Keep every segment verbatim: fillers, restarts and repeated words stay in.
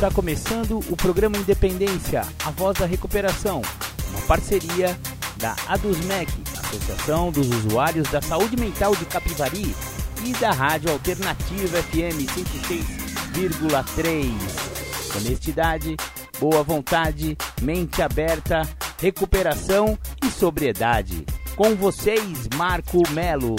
Está começando o programa Independência, a voz da recuperação, uma parceria da ADUSMEC, Associação dos Usuários da Saúde Mental de Capivari, e da Rádio Alternativa F M cento e seis vírgula três. Honestidade, boa vontade, mente aberta, recuperação e sobriedade. Com vocês, Marco Melo.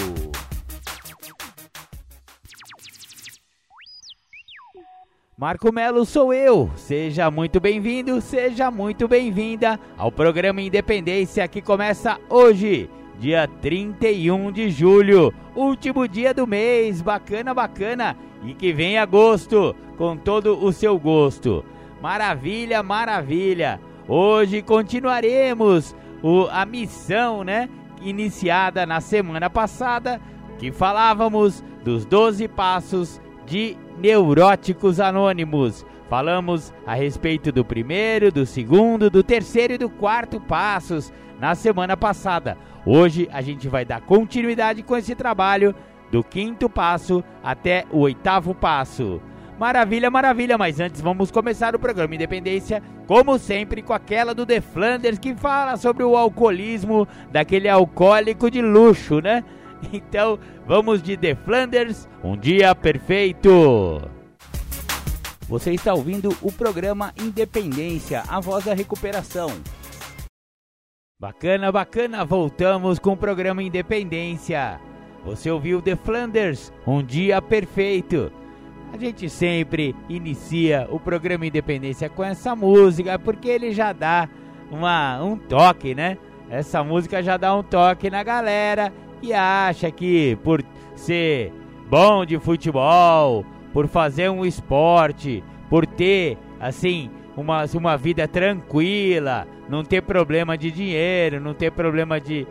Marco Melo sou eu, seja muito bem-vindo, seja muito bem-vinda ao programa Independência que começa hoje, dia trinta e um de julho, último dia do mês, bacana, bacana, e que vem agosto com todo o seu gosto. Maravilha, maravilha, hoje continuaremos o, a missão, né, iniciada na semana passada, que falávamos dos doze passos de Neuróticos Anônimos. Falamos a respeito do primeiro, do segundo, do terceiro e do quarto passos na semana passada. Hoje a gente vai dar continuidade com esse trabalho do quinto passo até o oitavo passo. Maravilha, maravilha, mas antes vamos começar o programa Independência, como sempre, com aquela do The Flanders, que fala sobre o alcoolismo daquele alcoólico de luxo, né? Então, vamos de The Flanders, Um Dia Perfeito. Você está ouvindo o programa Independência, a voz da recuperação. Bacana, bacana, voltamos com o programa Independência. Você ouviu The Flanders, Um Dia Perfeito. A gente sempre inicia o programa Independência com essa música, porque ele já dá uma, um toque, né? Essa música já dá um toque na galera que acha que por ser bom de futebol, por fazer um esporte, por ter, assim, uma, uma vida tranquila, não ter problema de dinheiro, não ter problema de...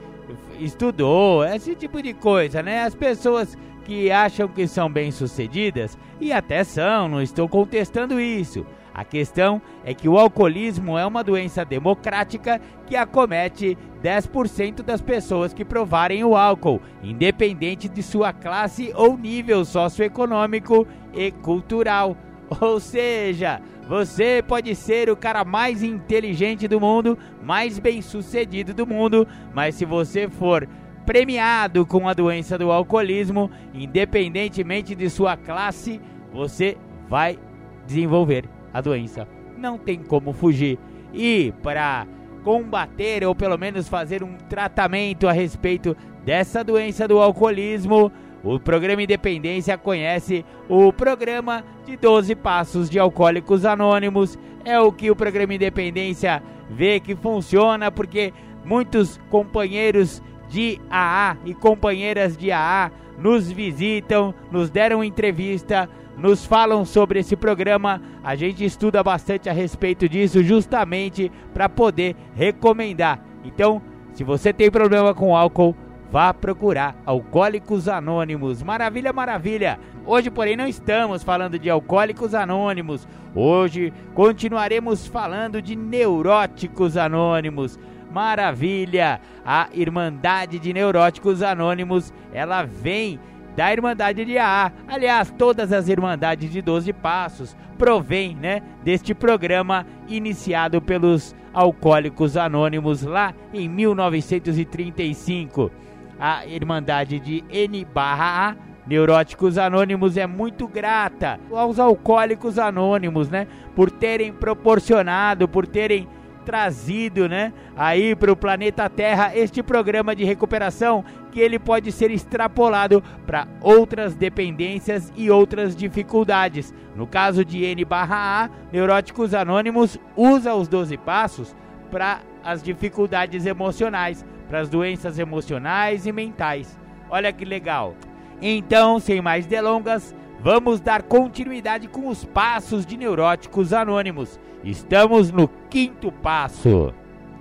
estudou, esse tipo de coisa, né? As pessoas que acham que são bem-sucedidas, e até são, não estou contestando isso. A questão é que o alcoolismo é uma doença democrática que acomete dez por cento das pessoas que provarem o álcool, independente de sua classe ou nível socioeconômico e cultural. Ou seja, você pode ser o cara mais inteligente do mundo, mais bem-sucedido do mundo, mas se você for premiado com a doença do alcoolismo, independentemente de sua classe, você vai desenvolver a doença, não tem como fugir. E para combater ou pelo menos fazer um tratamento a respeito dessa doença do alcoolismo, o programa Independência conhece o programa de doze passos de Alcoólicos Anônimos. É o que o programa Independência vê que funciona, porque muitos companheiros de A A e companheiras de A A nos visitam, nos deram entrevista, nos falam sobre esse programa. A gente estuda bastante a respeito disso, justamente para poder recomendar. Então, se você tem problema com álcool, vá procurar Alcoólicos Anônimos. Maravilha, maravilha. Hoje, porém, não estamos falando de Alcoólicos Anônimos. Hoje continuaremos falando de Neuróticos Anônimos. Maravilha. A Irmandade de Neuróticos Anônimos, ela vem da Irmandade de A A. Aliás, todas as Irmandades de doze Passos provém, né, deste programa iniciado pelos Alcoólicos Anônimos lá em mil novecentos e trinta e cinco. A Irmandade de N barra A, Neuróticos Anônimos, é muito grata aos Alcoólicos Anônimos, né, por terem proporcionado, por terem trazido, né, aí para o planeta Terra este programa de recuperação, que ele pode ser extrapolado para outras dependências e outras dificuldades. No caso de N barra A, Neuróticos Anônimos usa os doze passos para as dificuldades emocionais, para as doenças emocionais e mentais. Olha que legal. Então, sem mais delongas, vamos dar continuidade com os passos de Neuróticos Anônimos. Estamos no quinto passo.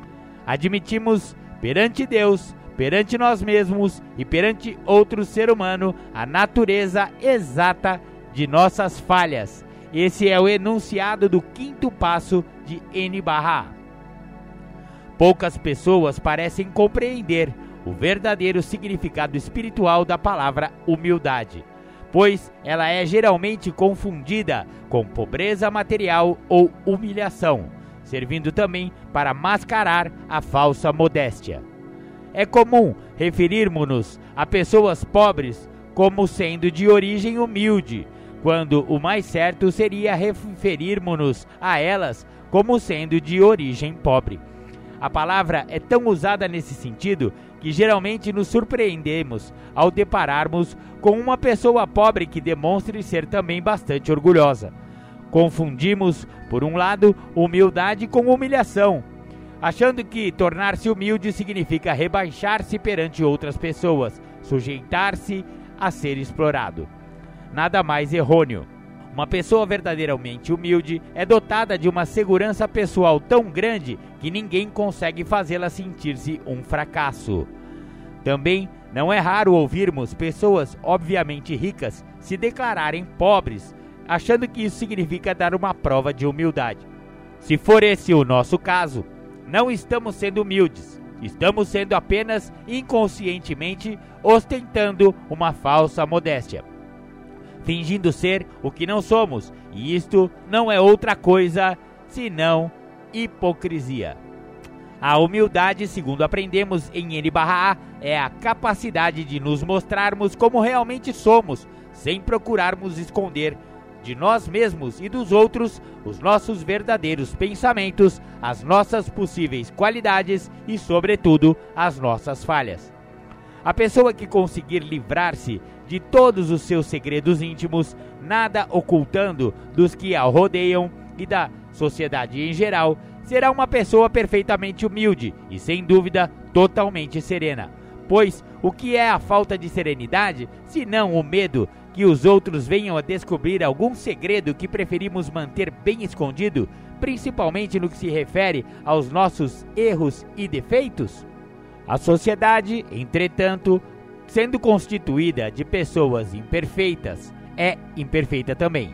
Admitimos perante Deus, perante nós mesmos e perante outro ser humano a natureza exata de nossas falhas. Esse é o enunciado do quinto passo de N barra A. Poucas pessoas parecem compreender o verdadeiro significado espiritual da palavra humildade. pois ela é geralmente confundida com pobreza material ou humilhação, servindo também para mascarar a falsa modéstia. É comum referirmos-nos a pessoas pobres como sendo de origem humilde, quando o mais certo seria referirmos-nos a elas como sendo de origem pobre. A palavra é tão usada nesse sentido que geralmente nos surpreendemos ao depararmos com uma pessoa pobre que demonstre ser também bastante orgulhosa. Confundimos, por um lado, humildade com humilhação, achando que tornar-se humilde significa rebaixar-se perante outras pessoas, sujeitar-se a ser explorado. Nada mais errôneo. Uma pessoa verdadeiramente humilde é dotada de uma segurança pessoal tão grande que ninguém consegue fazê-la sentir-se um fracasso. Também não é raro ouvirmos pessoas obviamente ricas se declararem pobres, achando que isso significa dar uma prova de humildade. Se for esse o nosso caso, não estamos sendo humildes, estamos sendo apenas inconscientemente ostentando uma falsa modéstia, fingindo ser o que não somos, e isto não é outra coisa senão hipocrisia. A humildade, segundo aprendemos em N barra A, é a capacidade de nos mostrarmos como realmente somos, sem procurarmos esconder de nós mesmos e dos outros os nossos verdadeiros pensamentos, as nossas possíveis qualidades e, sobretudo, as nossas falhas. A pessoa que conseguir livrar-se de todos os seus segredos íntimos, nada ocultando dos que a rodeiam e da sociedade em geral, será uma pessoa perfeitamente humilde e, sem dúvida, totalmente serena. Pois o que é a falta de serenidade, se não o medo que os outros venham a descobrir algum segredo que preferimos manter bem escondido, principalmente no que se refere aos nossos erros e defeitos? A sociedade, entretanto, sendo constituída de pessoas imperfeitas, é imperfeita também.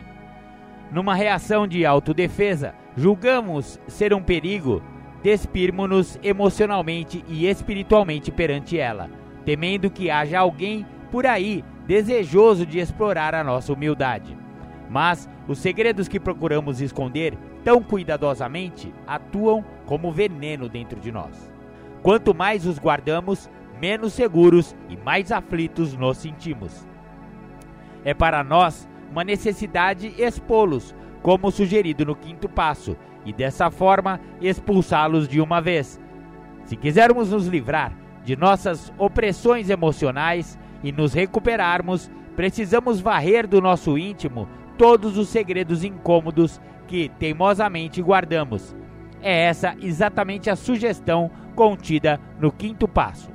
Numa reação de autodefesa, julgamos ser um perigo despirmos-nos emocionalmente e espiritualmente perante ela, temendo que haja alguém por aí desejoso de explorar a nossa humildade. Mas os segredos que procuramos esconder tão cuidadosamente atuam como veneno dentro de nós. Quanto mais os guardamos, menos seguros e mais aflitos nos sentimos. É para nós uma necessidade expô-los, como sugerido no quinto passo, e dessa forma expulsá-los de uma vez. Se quisermos nos livrar de nossas opressões emocionais e nos recuperarmos, precisamos varrer do nosso íntimo todos os segredos incômodos que teimosamente guardamos. É essa exatamente a sugestão contida no quinto passo.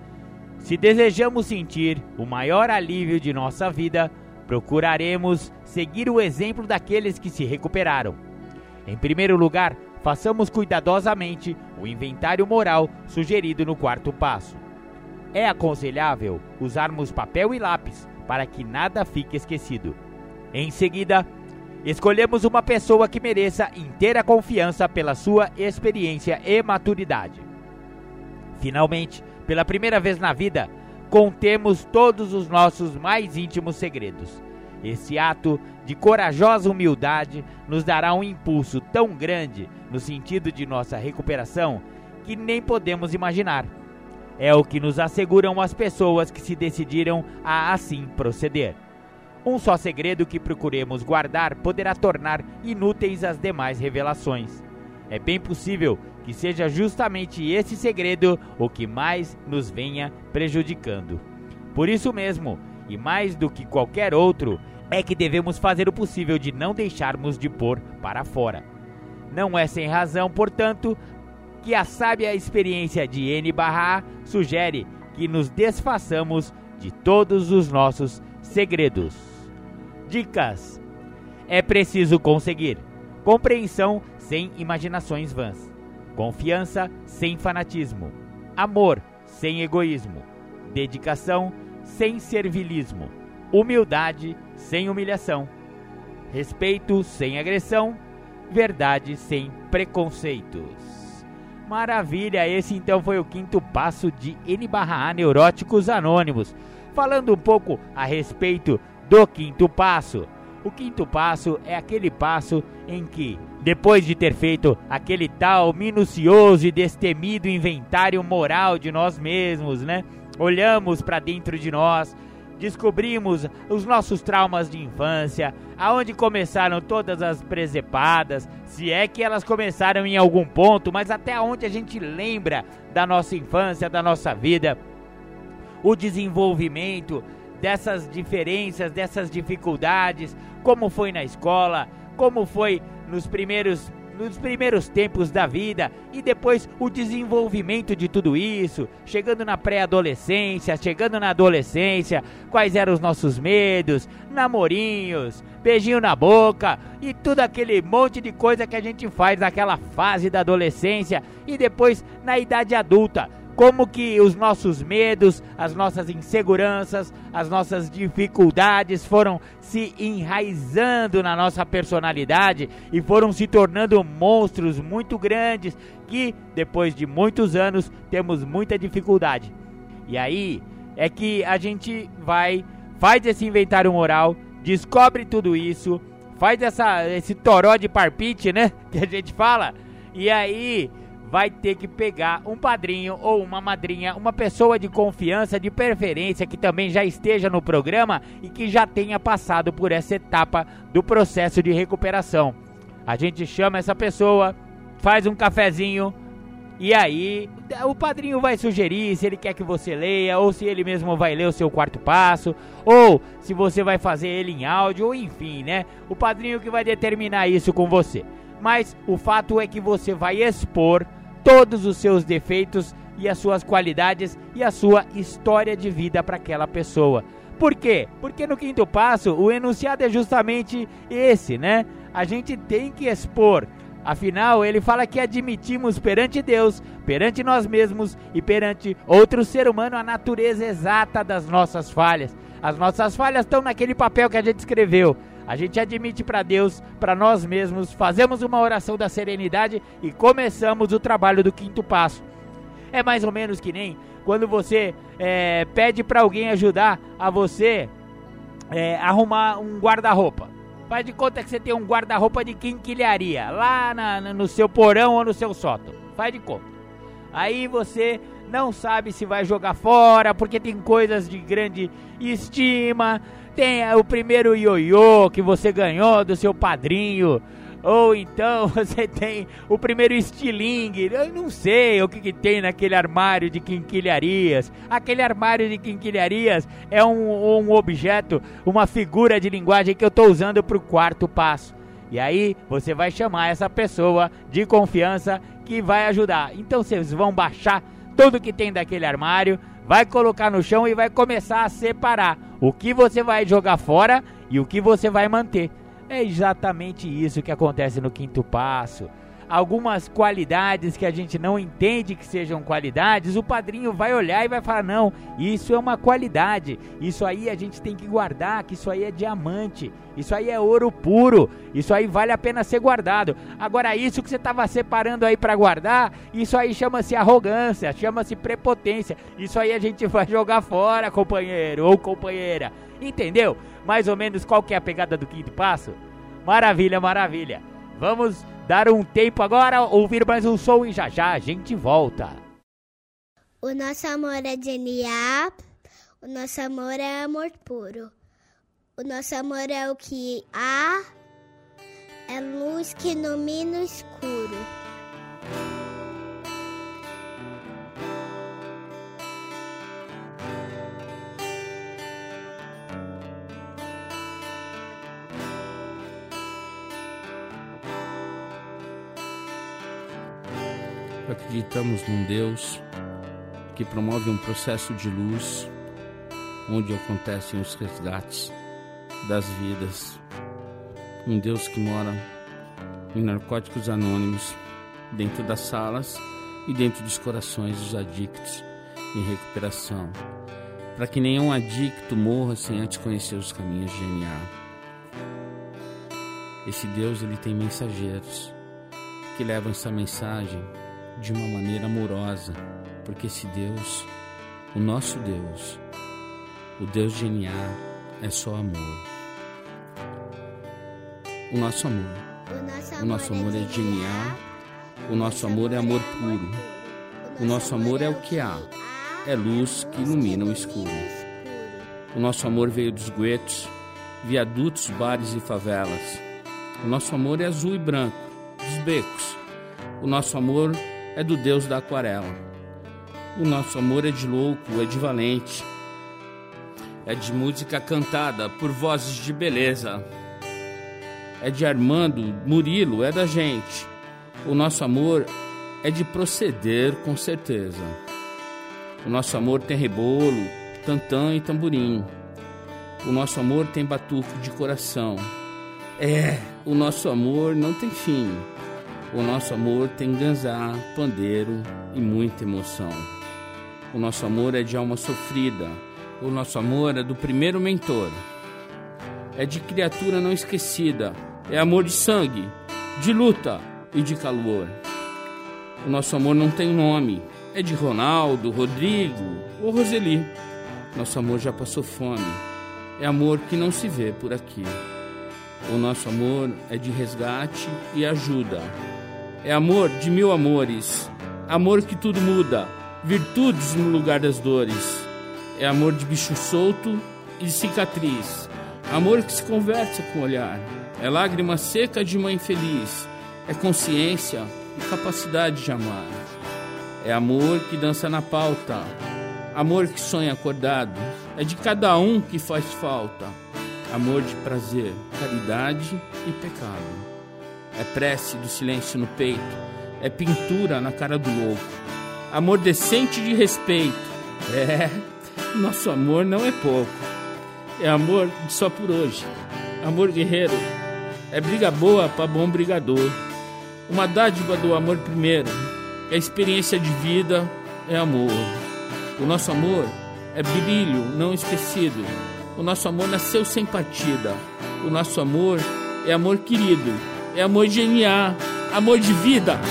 Se desejamos sentir o maior alívio de nossa vida, procuraremos seguir o exemplo daqueles que se recuperaram. Em primeiro lugar, façamos cuidadosamente o inventário moral sugerido no quarto passo. É aconselhável usarmos papel e lápis para que nada fique esquecido. Em seguida, escolhemos uma pessoa que mereça inteira confiança pela sua experiência e maturidade. Finalmente, pela primeira vez na vida, contemos todos os nossos mais íntimos segredos. Esse ato de corajosa humildade nos dará um impulso tão grande no sentido de nossa recuperação que nem podemos imaginar. É o que nos asseguram as pessoas que se decidiram a assim proceder. Um só segredo que procuremos guardar poderá tornar inúteis as demais revelações. É bem possível que seja justamente esse segredo o que mais nos venha prejudicando. Por isso mesmo, e mais do que qualquer outro, é que devemos fazer o possível de não deixarmos de pôr para fora. Não é sem razão, portanto, que a sábia experiência de N barra A sugere que nos desfaçamos de todos os nossos segredos. Dicas: é preciso conseguir compreensão sem imaginações vãs, confiança sem fanatismo, amor sem egoísmo, dedicação sem servilismo, humildade sem humilhação, respeito sem agressão, verdade sem preconceitos. Maravilha, esse então foi o quinto passo de N barra A Neuróticos Anônimos, falando um pouco a respeito do quinto passo. O quinto passo é aquele passo em que, depois de ter feito aquele tal minucioso e destemido inventário moral de nós mesmos, né? Olhamos para dentro de nós, descobrimos os nossos traumas de infância, aonde começaram todas as presepadas, se é que elas começaram em algum ponto, mas até onde a gente lembra da nossa infância, da nossa vida, o desenvolvimento dessas diferenças, dessas dificuldades, como foi na escola, como foi nos primeiros, nos primeiros tempos da vida e depois o desenvolvimento de tudo isso, chegando na pré-adolescência, chegando na adolescência, quais eram os nossos medos, namorinhos, beijinho na boca e tudo aquele monte de coisa que a gente faz naquela fase da adolescência e depois na idade adulta. Como que os nossos medos, as nossas inseguranças, as nossas dificuldades foram se enraizando na nossa personalidade e foram se tornando monstros muito grandes que, depois de muitos anos, temos muita dificuldade. E aí é que a gente vai, faz esse inventário moral, descobre tudo isso, faz essa, esse toró de parpite, né, que a gente fala, e aí vai ter que pegar um padrinho ou uma madrinha, uma pessoa de confiança, de preferência, que também já esteja no programa e que já tenha passado por essa etapa do processo de recuperação. A gente chama essa pessoa, faz um cafezinho e aí o padrinho vai sugerir se ele quer que você leia ou se ele mesmo vai ler o seu quarto passo ou se você vai fazer ele em áudio ou enfim, né? O padrinho que vai determinar isso com você. Mas o fato é que você vai expor todos os seus defeitos e as suas qualidades e a sua história de vida para aquela pessoa. Por quê? Porque no quinto passo o enunciado é justamente esse, né? A gente tem que expor. Afinal, ele fala que admitimos perante Deus, perante nós mesmos e perante outro ser humano a natureza exata das nossas falhas. As nossas falhas estão naquele papel que a gente escreveu. A gente admite para Deus, para nós mesmos, fazemos uma oração da serenidade e começamos o trabalho do quinto passo. É mais ou menos que nem quando você é, pede para alguém ajudar a você é, arrumar um guarda-roupa. Faz de conta que você tem um guarda-roupa de quinquilharia lá na, no seu porão ou no seu sótão. Faz de conta. Aí você não sabe se vai jogar fora porque tem coisas de grande estima. Tem o primeiro ioiô que você ganhou do seu padrinho, ou então você tem o primeiro estilingue, eu não sei o que, que tem naquele armário de quinquilharias. Aquele armário de quinquilharias é um, um objeto, uma figura de linguagem que eu estou usando para o quarto passo. E aí você vai chamar essa pessoa de confiança que vai ajudar. Então vocês vão baixar tudo que tem daquele armário, vai colocar no chão e vai começar a separar o que você vai jogar fora e o que você vai manter. É exatamente isso que acontece no quinto passo. Algumas qualidades que a gente não entende que sejam qualidades, o padrinho vai olhar e vai falar, não, isso é uma qualidade, isso aí a gente tem que guardar, que isso aí é diamante, isso aí é ouro puro, isso aí vale a pena ser guardado. Agora isso que você estava separando aí para guardar, isso aí chama-se arrogância, chama-se prepotência, isso aí a gente vai jogar fora, companheiro ou companheira, entendeu? Mais ou menos qual que é a pegada do quinto passo? Maravilha, maravilha. Vamos dar um tempo agora, ouvir mais um som e já já a gente volta. O nosso amor é genial, o nosso amor é amor puro. O nosso amor é o que há, é luz que ilumina o escuro. Acreditamos num Deus que promove um processo de luz onde acontecem os resgates das vidas. Um Deus que mora em Narcóticos Anônimos, dentro das salas e dentro dos corações dos adictos em recuperação, para que nenhum adicto morra sem antes conhecer os caminhos de N A. Esse Deus, ele tem mensageiros que levam essa mensagem de uma maneira amorosa, porque esse Deus, o nosso Deus, o Deus de N A, é só amor. O nosso amor. O nosso amor é genial. O nosso amor é amor puro. O nosso amor é o que há. É luz que ilumina o escuro. O nosso amor veio dos guetos, viadutos, bares e favelas. O nosso amor é azul e branco, dos becos. O nosso amor é do Deus da aquarela. O nosso amor é de louco, é de valente. É de música cantada por vozes de beleza. É de Armando, Murilo, é da gente. O nosso amor é de proceder com certeza. O nosso amor tem rebolo, tantã e tamborim. O nosso amor tem batuque de coração. É, o nosso amor não tem fim. O nosso amor tem ganzá, pandeiro e muita emoção. O nosso amor é de alma sofrida. O nosso amor é do primeiro mentor. É de criatura não esquecida. É amor de sangue, de luta e de calor. O nosso amor não tem nome. É de Ronaldo, Rodrigo ou Roseli. Nosso amor já passou fome. É amor que não se vê por aqui. O nosso amor é de resgate e ajuda. É amor de mil amores. Amor que tudo muda. Virtudes no lugar das dores. É amor de bicho solto e de cicatriz. Amor que se conversa com o olhar. É lágrima seca de mãe feliz. É consciência e capacidade de amar. É amor que dança na pauta. Amor que sonha acordado. É de cada um que faz falta. Amor de prazer, caridade e pecado. É prece do silêncio no peito. É pintura na cara do louco. Amor decente de respeito. É, nosso amor não é pouco. É amor de só por hoje. Amor guerreiro. É briga boa para bom brigador. Uma dádiva do amor primeiro. É experiência de vida, é amor. O nosso amor é brilho não esquecido. O nosso amor nasceu sem partida. O nosso amor é amor querido. É amor genial, amor de vida.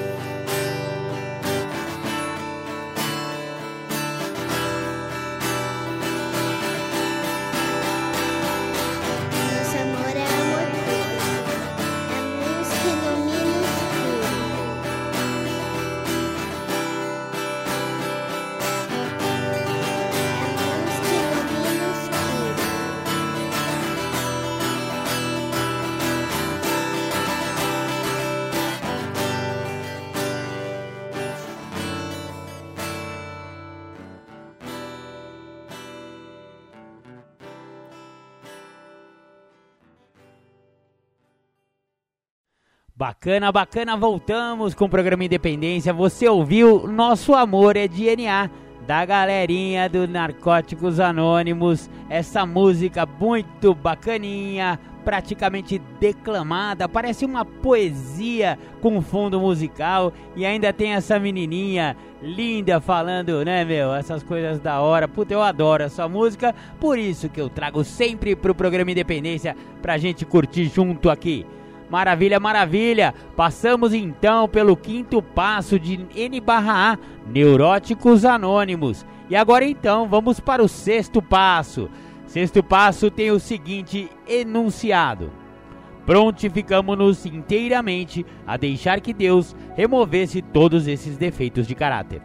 Bacana, bacana, voltamos com o programa Independência. Você ouviu Nosso Amor é D N A, da galerinha do Narcóticos Anônimos. Essa música muito bacaninha, praticamente declamada, parece uma poesia com fundo musical. E ainda tem essa menininha linda falando, né, meu, essas coisas da hora. Puta, eu adoro essa música, por isso que eu trago sempre pro programa Independência pra gente curtir junto aqui. Maravilha, maravilha! Passamos então pelo quinto passo de N barra A, Neuróticos Anônimos. E agora então vamos para o sexto passo. Sexto passo tem o seguinte enunciado: prontificamos-nos inteiramente a deixar que Deus removesse todos esses defeitos de caráter.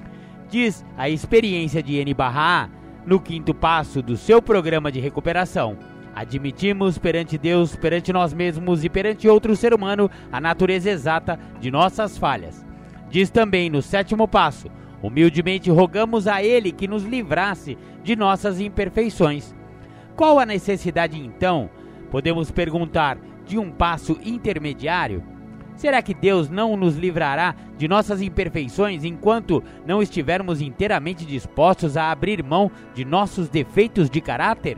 Diz a experiência de N barra A no quinto passo do seu programa de recuperação. Admitimos perante Deus, perante nós mesmos e perante outro ser humano a natureza exata de nossas falhas. Diz também no sétimo passo: humildemente rogamos a Ele que nos livrasse de nossas imperfeições. Qual a necessidade então, podemos perguntar, de um passo intermediário? Será que Deus não nos livrará de nossas imperfeições enquanto não estivermos inteiramente dispostos a abrir mão de nossos defeitos de caráter?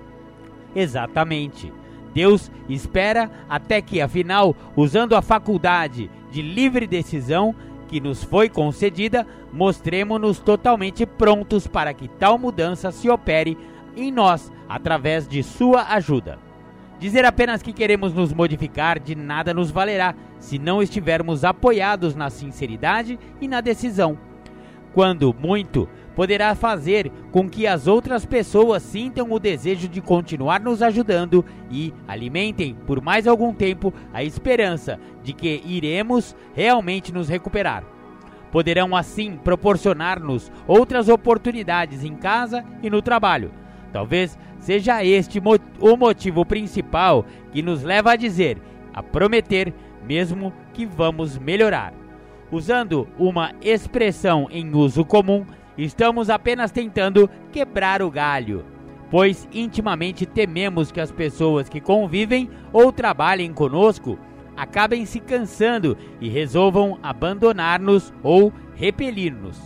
Exatamente. Deus espera até que, afinal, usando a faculdade de livre decisão que nos foi concedida, mostremos-nos totalmente prontos para que tal mudança se opere em nós através de sua ajuda. Dizer apenas que queremos nos modificar de nada nos valerá se não estivermos apoiados na sinceridade e na decisão. Quando muito, poderá fazer com que as outras pessoas sintam o desejo de continuar nos ajudando e alimentem por mais algum tempo a esperança de que iremos realmente nos recuperar. Poderão assim proporcionar-nos outras oportunidades em casa e no trabalho. Talvez seja este mo- o motivo principal que nos leva a dizer, a prometer, mesmo que vamos melhorar. Usando uma expressão em uso comum, estamos apenas tentando quebrar o galho, pois intimamente tememos que as pessoas que convivem ou trabalhem conosco acabem se cansando e resolvam abandonar-nos ou repelir-nos.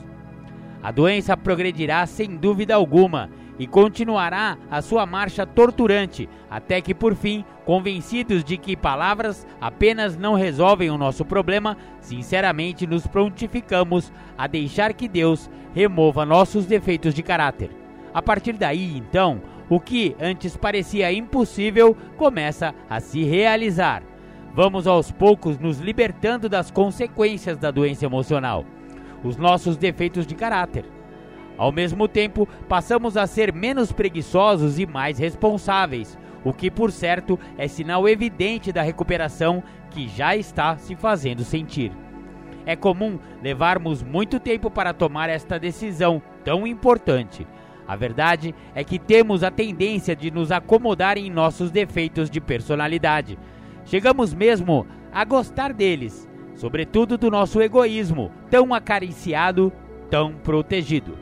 A doença progredirá sem dúvida alguma e continuará a sua marcha torturante, até que por fim, convencidos de que palavras apenas não resolvem o nosso problema, sinceramente nos prontificamos a deixar que Deus remova nossos defeitos de caráter. A partir daí, então, o que antes parecia impossível começa a se realizar. Vamos aos poucos nos libertando das consequências da doença emocional, os nossos defeitos de caráter. Ao mesmo tempo, passamos a ser menos preguiçosos e mais responsáveis, o que, por certo, é sinal evidente da recuperação que já está se fazendo sentir. É comum levarmos muito tempo para tomar esta decisão tão importante. A verdade é que temos a tendência de nos acomodar em nossos defeitos de personalidade. Chegamos mesmo a gostar deles, sobretudo do nosso egoísmo, tão acariciado, tão protegido.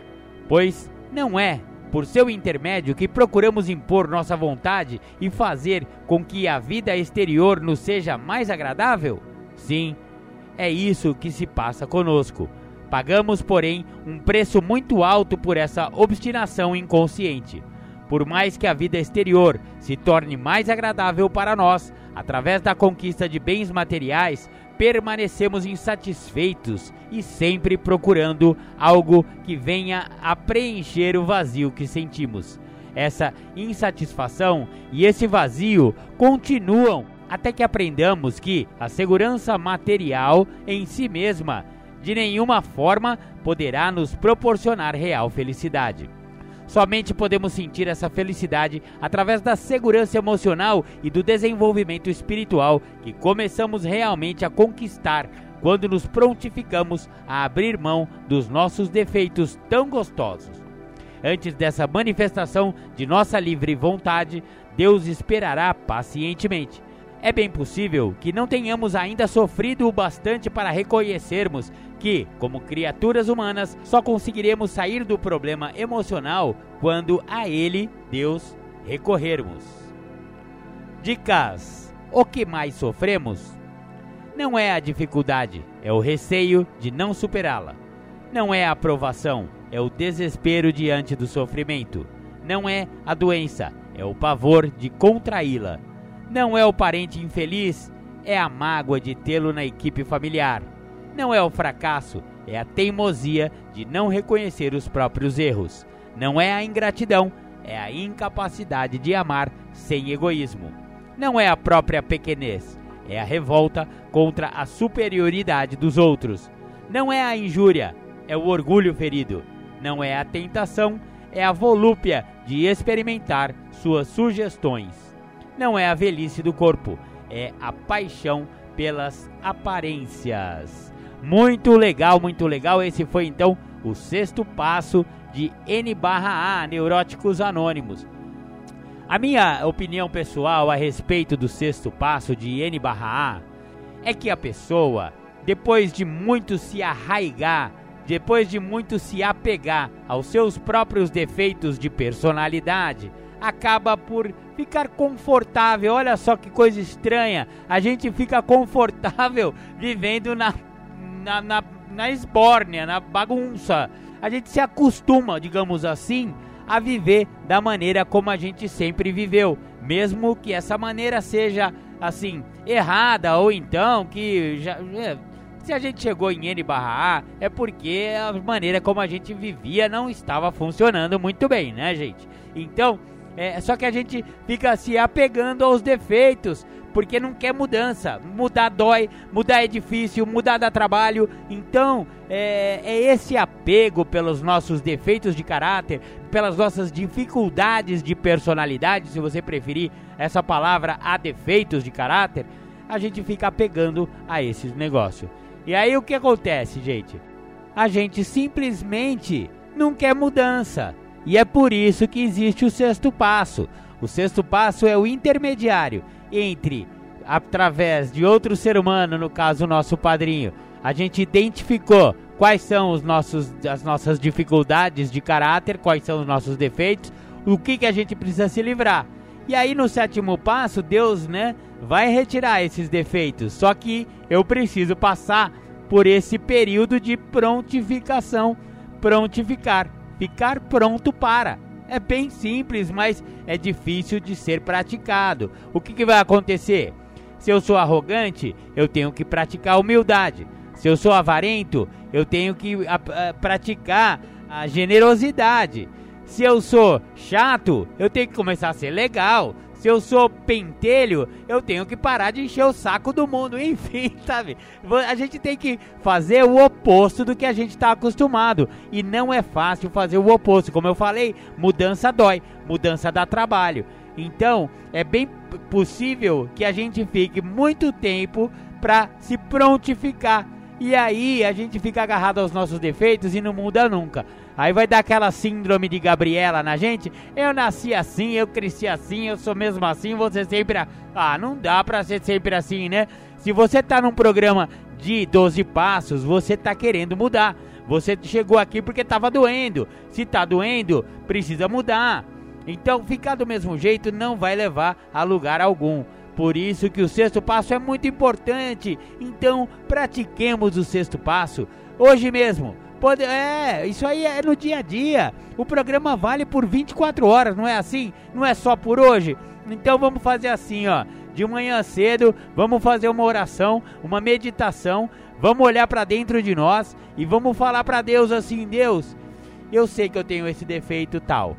Pois não é por seu intermédio que procuramos impor nossa vontade e fazer com que a vida exterior nos seja mais agradável? Sim, é isso que se passa conosco. Pagamos, porém, um preço muito alto por essa obstinação inconsciente. Por mais que a vida exterior se torne mais agradável para nós, através da conquista de bens materiais, permanecemos insatisfeitos e sempre procurando algo que venha a preencher o vazio que sentimos. Essa insatisfação e esse vazio continuam até que aprendamos que a segurança material em si mesma de nenhuma forma poderá nos proporcionar real felicidade. Somente podemos sentir essa felicidade através da segurança emocional e do desenvolvimento espiritual que começamos realmente a conquistar quando nos prontificamos a abrir mão dos nossos defeitos tão gostosos. Antes dessa manifestação de nossa livre vontade, Deus esperará pacientemente. É bem possível que não tenhamos ainda sofrido o bastante para reconhecermos que, como criaturas humanas, só conseguiremos sair do problema emocional quando a ele, Deus, recorrermos. Dicas: o que mais sofremos? Não é a dificuldade, é o receio de não superá-la. Não é a aprovação, é o desespero diante do sofrimento. Não é a doença, é o pavor de contraí-la. Não é o parente infeliz, é a mágoa de tê-lo na equipe familiar. Não é o fracasso, é a teimosia de não reconhecer os próprios erros. Não é a ingratidão, é a incapacidade de amar sem egoísmo. Não é a própria pequenez, é a revolta contra a superioridade dos outros. Não é a injúria, é o orgulho ferido. Não é a tentação, é a volúpia de experimentar suas sugestões. Não é a velhice do corpo, é a paixão pelas aparências. Muito legal, muito legal. Esse foi então o sexto passo de N barra A, Neuróticos Anônimos. A minha opinião pessoal a respeito do sexto passo de N barra A é que a pessoa, depois de muito se arraigar, depois de muito se apegar aos seus próprios defeitos de personalidade, acaba por ficar confortável. Olha só que coisa estranha, a gente fica confortável vivendo na, na, na, na esbórnia, na bagunça. A gente se acostuma, digamos assim, a viver da maneira como a gente sempre viveu, mesmo que essa maneira seja, assim, errada, ou então que já, é, se a gente chegou em N barra A, é porque a maneira como a gente vivia não estava funcionando muito bem, né, gente? Então, É, só que a gente fica se apegando aos defeitos porque não quer mudança. Mudar dói, mudar é difícil, mudar dá trabalho. Então, é, é esse apego pelos nossos defeitos de caráter, pelas nossas dificuldades de personalidade, se você preferir essa palavra, a defeitos de caráter, a gente fica apegando a esses negócios. E aí o que acontece, gente? A gente simplesmente não quer mudança. E é por isso que existe o sexto passo. O sexto passo é o intermediário entre, através de outro ser humano, no caso o nosso padrinho, a gente identificou quais são os nossos, as nossas dificuldades de caráter, quais são os nossos defeitos, o que, que a gente precisa se livrar. E aí no sétimo passo, Deus, né, vai retirar esses defeitos. Só que eu preciso passar por esse período de prontificação. Prontificar, ficar pronto para. É bem simples, mas é difícil de ser praticado. O que, que vai acontecer? Se eu sou arrogante, eu tenho que praticar humildade. Se eu sou avarento, eu tenho que a, a, praticar a generosidade. Se eu sou chato, eu tenho que começar a ser legal. Se eu sou pentelho, eu tenho que parar de encher o saco do mundo. Enfim, sabe? A gente tem que fazer o oposto do que a gente está acostumado. E não é fácil fazer o oposto. Como eu falei, mudança dói, mudança dá trabalho. Então, é bem possível que a gente fique muito tempo para se prontificar. E aí, a gente fica agarrado aos nossos defeitos e não muda nunca. Aí vai dar aquela síndrome de Gabriela na gente. Eu nasci assim, eu cresci assim, eu sou mesmo assim, você sempre... Ah, não dá pra ser sempre assim, né? Se você tá num programa de doze passos, você tá querendo mudar. Você chegou aqui porque tava doendo. Se tá doendo, precisa mudar. Então, ficar do mesmo jeito não vai levar a lugar algum. Por isso que o sexto passo é muito importante. Então, pratiquemos o sexto passo hoje mesmo. Pode, é, isso aí é no dia a dia. O programa vale por vinte e quatro horas, não é assim? Não é só por hoje? Então vamos fazer assim, ó. De manhã cedo, vamos fazer uma oração, uma meditação. Vamos olhar para dentro de nós e vamos falar para Deus assim: Deus, eu sei que eu tenho esse defeito tal.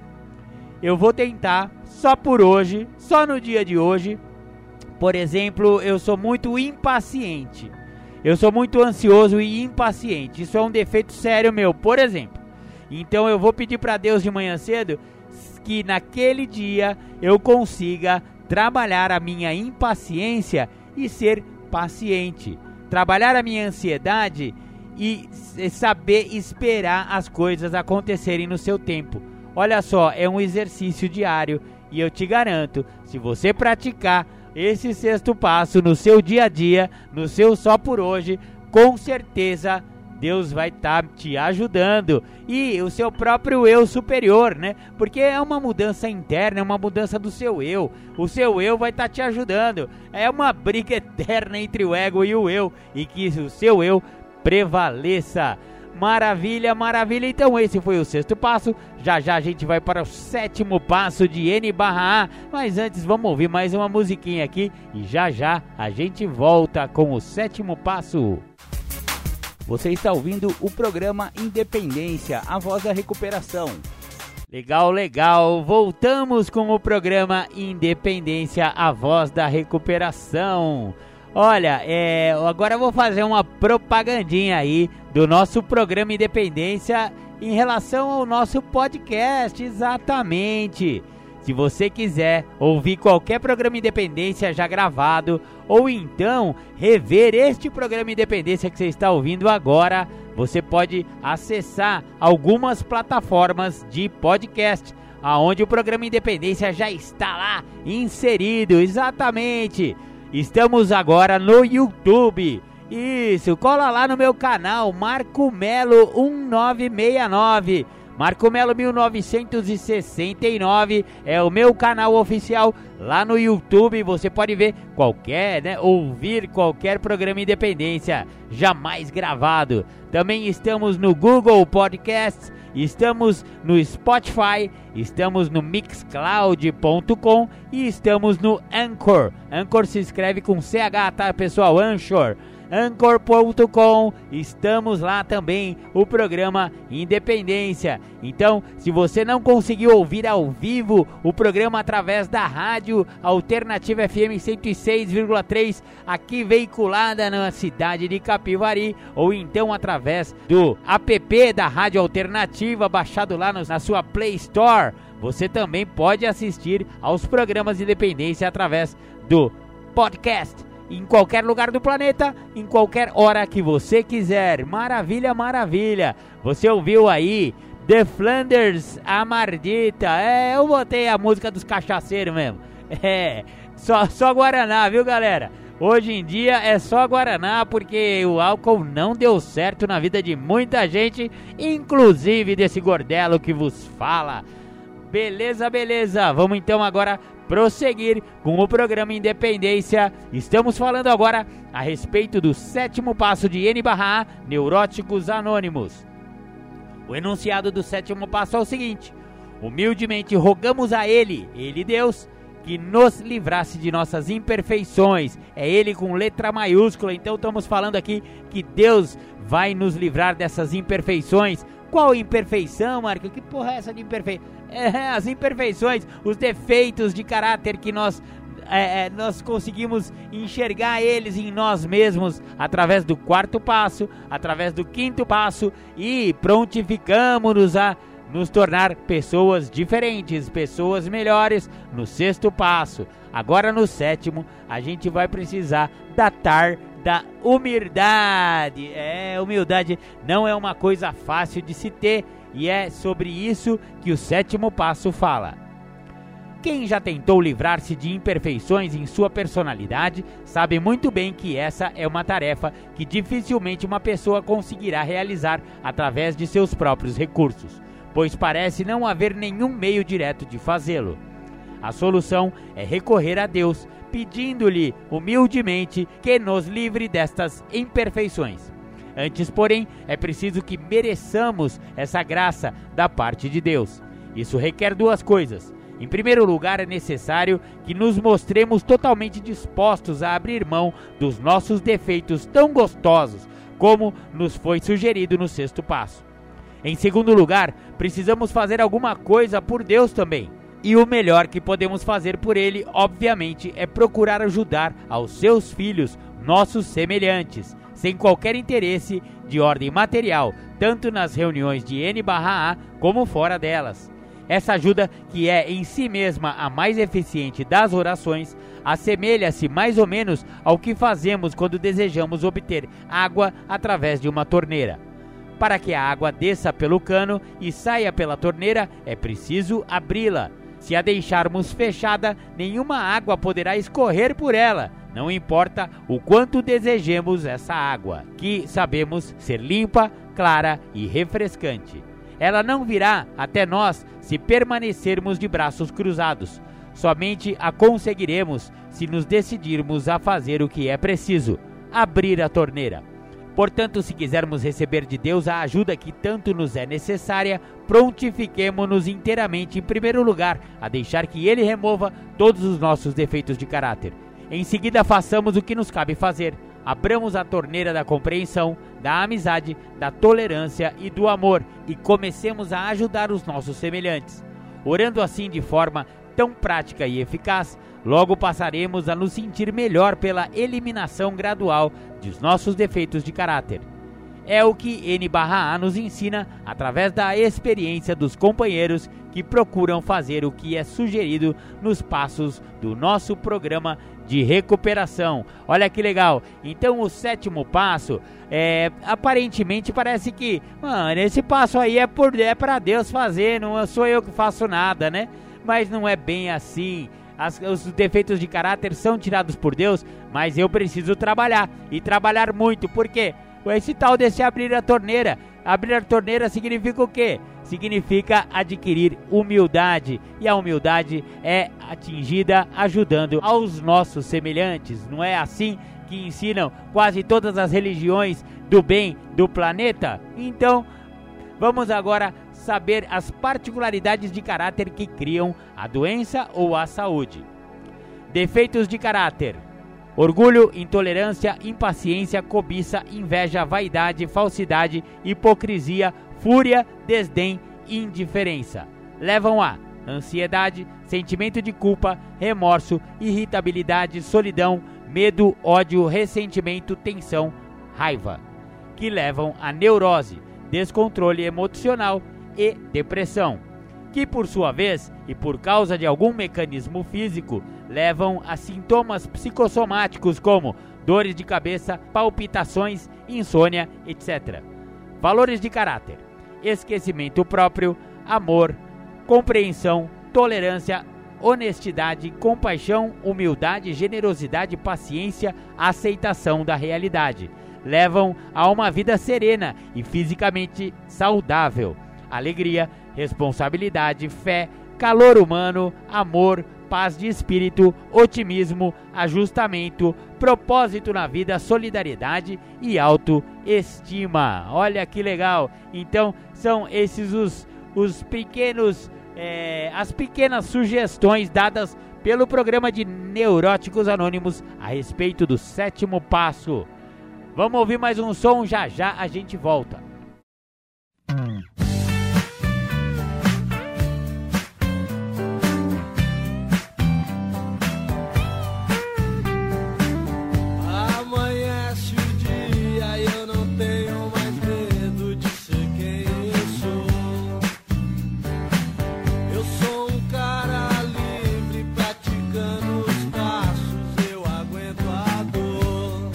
Eu vou tentar, só por hoje, só no dia de hoje. Por exemplo, eu sou muito impaciente. Eu sou muito ansioso e impaciente. Isso é um defeito sério meu, por exemplo. Então eu vou pedir para Deus de manhã cedo que naquele dia eu consiga trabalhar a minha impaciência e ser paciente. Trabalhar a minha ansiedade e saber esperar as coisas acontecerem no seu tempo. Olha só, é um exercício diário e eu te garanto, se você praticar esse sexto passo no seu dia a dia, no seu só por hoje, com certeza Deus vai estar tá te ajudando. E o seu próprio eu superior, né? Porque é uma mudança interna, é uma mudança do seu eu. O seu eu vai estar tá te ajudando. É uma briga eterna entre o ego e o eu. E que o seu eu prevaleça. Maravilha, maravilha. Então esse foi o sexto passo. Já já a gente vai para o sétimo passo de N barra A. Mas antes vamos ouvir mais uma musiquinha aqui. E já já a gente volta com o sétimo passo. Você está ouvindo o programa Independência, a voz da recuperação. Legal, legal. Voltamos com o programa Independência, a voz da recuperação. Olha, é, agora eu vou fazer uma propagandinha aí do nosso programa Independência em relação ao nosso podcast, exatamente. Se você quiser ouvir qualquer programa Independência já gravado, ou então rever este programa Independência que você está ouvindo agora, você pode acessar algumas plataformas de podcast, aonde o programa Independência já está lá inserido, exatamente. Estamos agora no YouTube. Isso, cola lá no meu canal, Marco Melo um nove seis nove. Marco Melo mil novecentos e sessenta e nove é o meu canal oficial lá no YouTube. Você pode ver qualquer, né, ouvir qualquer programa Independência jamais gravado. Também estamos no Google Podcasts, estamos no Spotify, estamos no mixcloud ponto com e estamos no Anchor. Anchor se escreve com C H, tá, pessoal? Anchor. anchor ponto com. Estamos lá também, o programa Independência. Então, se você não conseguiu ouvir ao vivo o programa através da rádio Alternativa F M cento e seis vírgula três, aqui veiculada na cidade de Capivari, ou então através do app da Rádio Alternativa, baixado lá no, na sua Play Store, você também pode assistir aos programas de Independência através do podcast, em qualquer lugar do planeta, em qualquer hora que você quiser. Maravilha, maravilha. Você ouviu aí The Flanders, a Mardita. É, eu botei a música dos cachaceiros mesmo. É, só, só Guaraná, viu, galera? Hoje em dia é só Guaraná, porque o álcool não deu certo na vida de muita gente, inclusive desse gordelo que vos fala. Beleza, beleza. Vamos então agora prosseguir com o programa Independência. Estamos falando agora a respeito do sétimo passo de N barra A, Neuróticos Anônimos. O enunciado do sétimo passo é o seguinte: humildemente rogamos a Ele, Ele Deus, que nos livrasse de nossas imperfeições. É Ele com letra maiúscula, então estamos falando aqui que Deus vai nos livrar dessas imperfeições. Qual imperfeição, Marco? Que porra é essa de imperfeição? É, as imperfeições, os defeitos de caráter que nós, é, nós conseguimos enxergar eles em nós mesmos através do quarto passo, através do quinto passo, e prontificamos-nos a nos tornar pessoas diferentes, pessoas melhores no sexto passo. Agora no sétimo, a gente vai precisar datar da humildade. É, humildade não é uma coisa fácil de se ter, e é sobre isso que o sétimo passo fala. Quem já tentou livrar-se de imperfeições em sua personalidade sabe muito bem que essa é uma tarefa que dificilmente uma pessoa conseguirá realizar através de seus próprios recursos, pois parece não haver nenhum meio direto de fazê-lo. A solução é recorrer a Deus, pedindo-lhe humildemente que nos livre destas imperfeições. Antes, porém, é preciso que mereçamos essa graça da parte de Deus. Isso requer duas coisas. Em primeiro lugar, é necessário que nos mostremos totalmente dispostos a abrir mão dos nossos defeitos tão gostosos, como nos foi sugerido no sexto passo. Em segundo lugar, precisamos fazer alguma coisa por Deus também. E o melhor que podemos fazer por Ele, obviamente, é procurar ajudar aos seus filhos, nossos semelhantes, sem qualquer interesse de ordem material, tanto nas reuniões de N barra A como fora delas. Essa ajuda, que é em si mesma a mais eficiente das orações, assemelha-se mais ou menos ao que fazemos quando desejamos obter água através de uma torneira. Para que a água desça pelo cano e saia pela torneira, é preciso abri-la. Se a deixarmos fechada, nenhuma água poderá escorrer por ela, não importa o quanto desejemos essa água, que sabemos ser limpa, clara e refrescante. Ela não virá até nós se permanecermos de braços cruzados. Somente a conseguiremos se nos decidirmos a fazer o que é preciso: abrir a torneira. Portanto, se quisermos receber de Deus a ajuda que tanto nos é necessária, prontifiquemo-nos inteiramente, em primeiro lugar, a deixar que Ele remova todos os nossos defeitos de caráter. Em seguida, façamos o que nos cabe fazer. Abramos a torneira da compreensão, da amizade, da tolerância e do amor, e comecemos a ajudar os nossos semelhantes. Orando assim de forma tão prática e eficaz, logo passaremos a nos sentir melhor pela eliminação gradual dos nossos defeitos de caráter. É o que N barra A nos ensina através da experiência dos companheiros que procuram fazer o que é sugerido nos passos do nosso programa de recuperação. Olha que legal! Então o sétimo passo, é, aparentemente parece que, mano, esse passo aí é, por, é para Deus fazer, não sou eu que faço nada, né? Mas não é bem assim. As, os defeitos de caráter são tirados por Deus, mas eu preciso trabalhar, e trabalhar muito. Por quê? Esse tal desse abrir a torneira. Abrir a torneira significa o quê? Significa adquirir humildade, e a humildade é atingida ajudando aos nossos semelhantes. Não é assim que ensinam quase todas as religiões do bem do planeta? Então, vamos agora saber as particularidades de caráter que criam a doença ou a saúde. Defeitos de caráter. orgulho, intolerância, impaciência, cobiça, inveja, vaidade, falsidade, hipocrisia, fúria, desdém e indiferença. Levam a ansiedade, sentimento de culpa, remorso, irritabilidade, solidão, medo, ódio, ressentimento, tensão, raiva, que levam a neurose, descontrole emocional e depressão, que por sua vez, e por causa de algum mecanismo físico, levam a sintomas psicossomáticos como dores de cabeça, palpitações, insônia, etcétera. Valores de caráter: esquecimento próprio, amor, compreensão, tolerância, honestidade, compaixão, humildade, generosidade, paciência, aceitação da realidade. Levam a uma vida serena e fisicamente saudável. Alegria, responsabilidade, fé, calor humano, amor, paz de espírito, otimismo, ajustamento, propósito na vida, solidariedade e autoestima. Olha que legal! Então são esses os, os pequenos, é, as pequenas sugestões dadas pelo programa de Neuróticos Anônimos a respeito do sétimo passo. Vamos ouvir mais um som, já já a gente volta. Amanhece o dia e eu não tenho mais medo de ser quem eu sou. Eu sou um cara livre, praticando os passos, eu aguento a dor.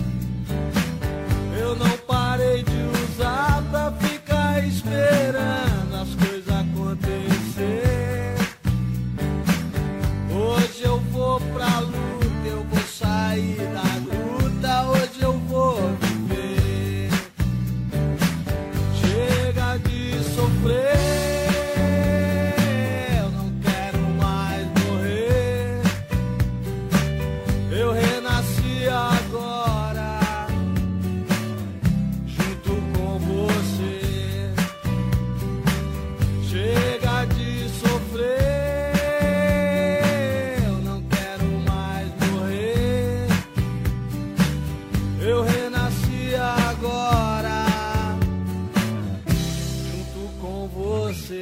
Eu não parei de usar pra ficar esperando as coisas acontecer. Hoje eu vou pra luta, eu vou sair da gruta, hoje eu vou viver. Chega de sofrer, eu não quero mais morrer. Eu renasci agora, junto com você. Chega de sofrer, eu não quero mais morrer. Eu renasci agora, junto com você.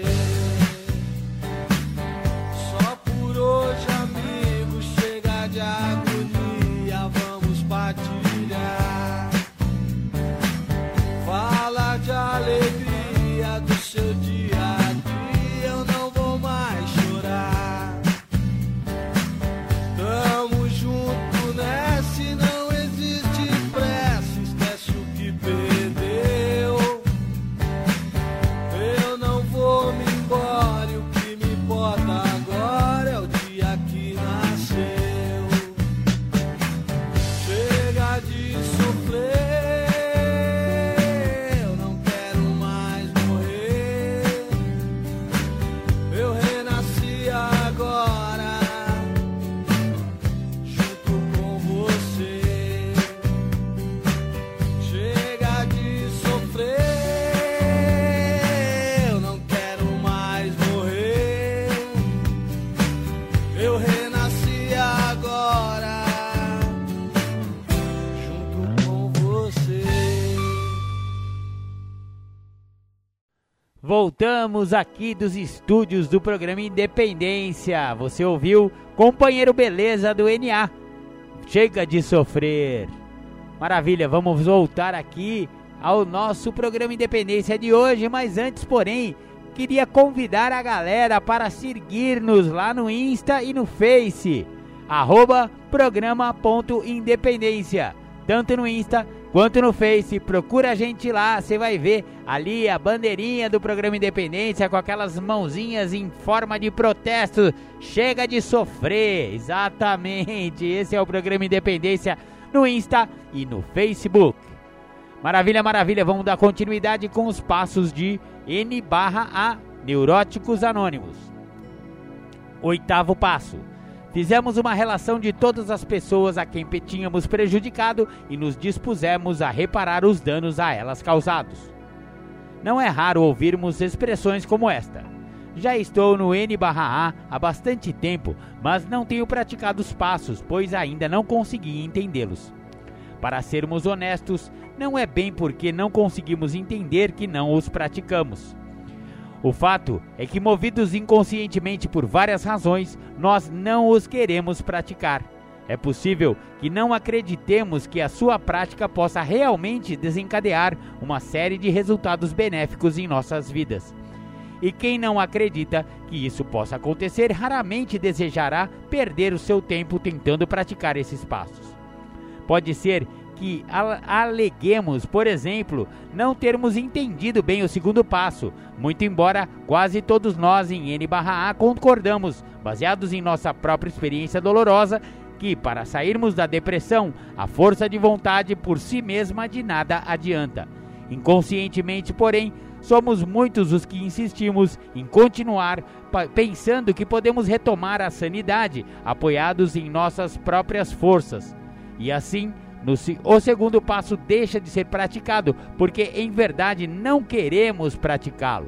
Só por hoje, amigo, chega de agonia, vamos partilhar. Fala de alegria do seu dia a dia, eu não vou mais chorar. Tamo junto nessa e não existe pressa, esquece o que perdeu. Eu não vou me embora e o que me importa agora é o dia que nasceu. Chega de sofrer, eu não quero mais morrer. Eu renasci agora, junto com você. Chega de sofrer, eu não quero mais morrer. Eu renasci agora, junto com você. Voltamos aqui dos estúdios do programa Independência. Você ouviu Companheiro Beleza do N A. Chega de sofrer. Maravilha, vamos voltar aqui ao nosso programa Independência de hoje. Mas antes, porém, queria convidar a galera para seguir-nos lá no Insta e no Face. Arroba programa.independência. Tanto no Insta quanto no Face, procura a gente lá, você vai ver ali a bandeirinha do programa Independência com aquelas mãozinhas em forma de protesto. Chega de sofrer, exatamente, esse é o programa Independência no Insta e no Facebook. Maravilha, maravilha, vamos dar continuidade com os passos de N barra A, Neuróticos Anônimos. Oitavo passo. Fizemos uma relação de todas as pessoas a quem tínhamos prejudicado e nos dispusemos a reparar os danos a elas causados. Não é raro ouvirmos expressões como esta: Já estou no N barra A há bastante tempo, mas não tenho praticado os passos, pois ainda não consegui entendê-los. Para sermos honestos, não é bem porque não conseguimos entender que não os praticamos. O fato é que, movidos inconscientemente por várias razões, nós não os queremos praticar. É possível que não acreditemos que a sua prática possa realmente desencadear uma série de resultados benéficos em nossas vidas. E quem não acredita que isso possa acontecer, raramente desejará perder o seu tempo tentando praticar esses passos. Pode ser que aleguemos, por exemplo, não termos entendido bem o segundo passo, muito embora quase todos nós em N barra A concordamos, baseados em nossa própria experiência dolorosa, que para sairmos da depressão, a força de vontade por si mesma de nada adianta. Inconscientemente, porém, somos muitos os que insistimos em continuar pensando que podemos retomar a sanidade, apoiados em nossas próprias forças. E assim, no, o segundo passo deixa de ser praticado, porque em verdade não queremos praticá-lo.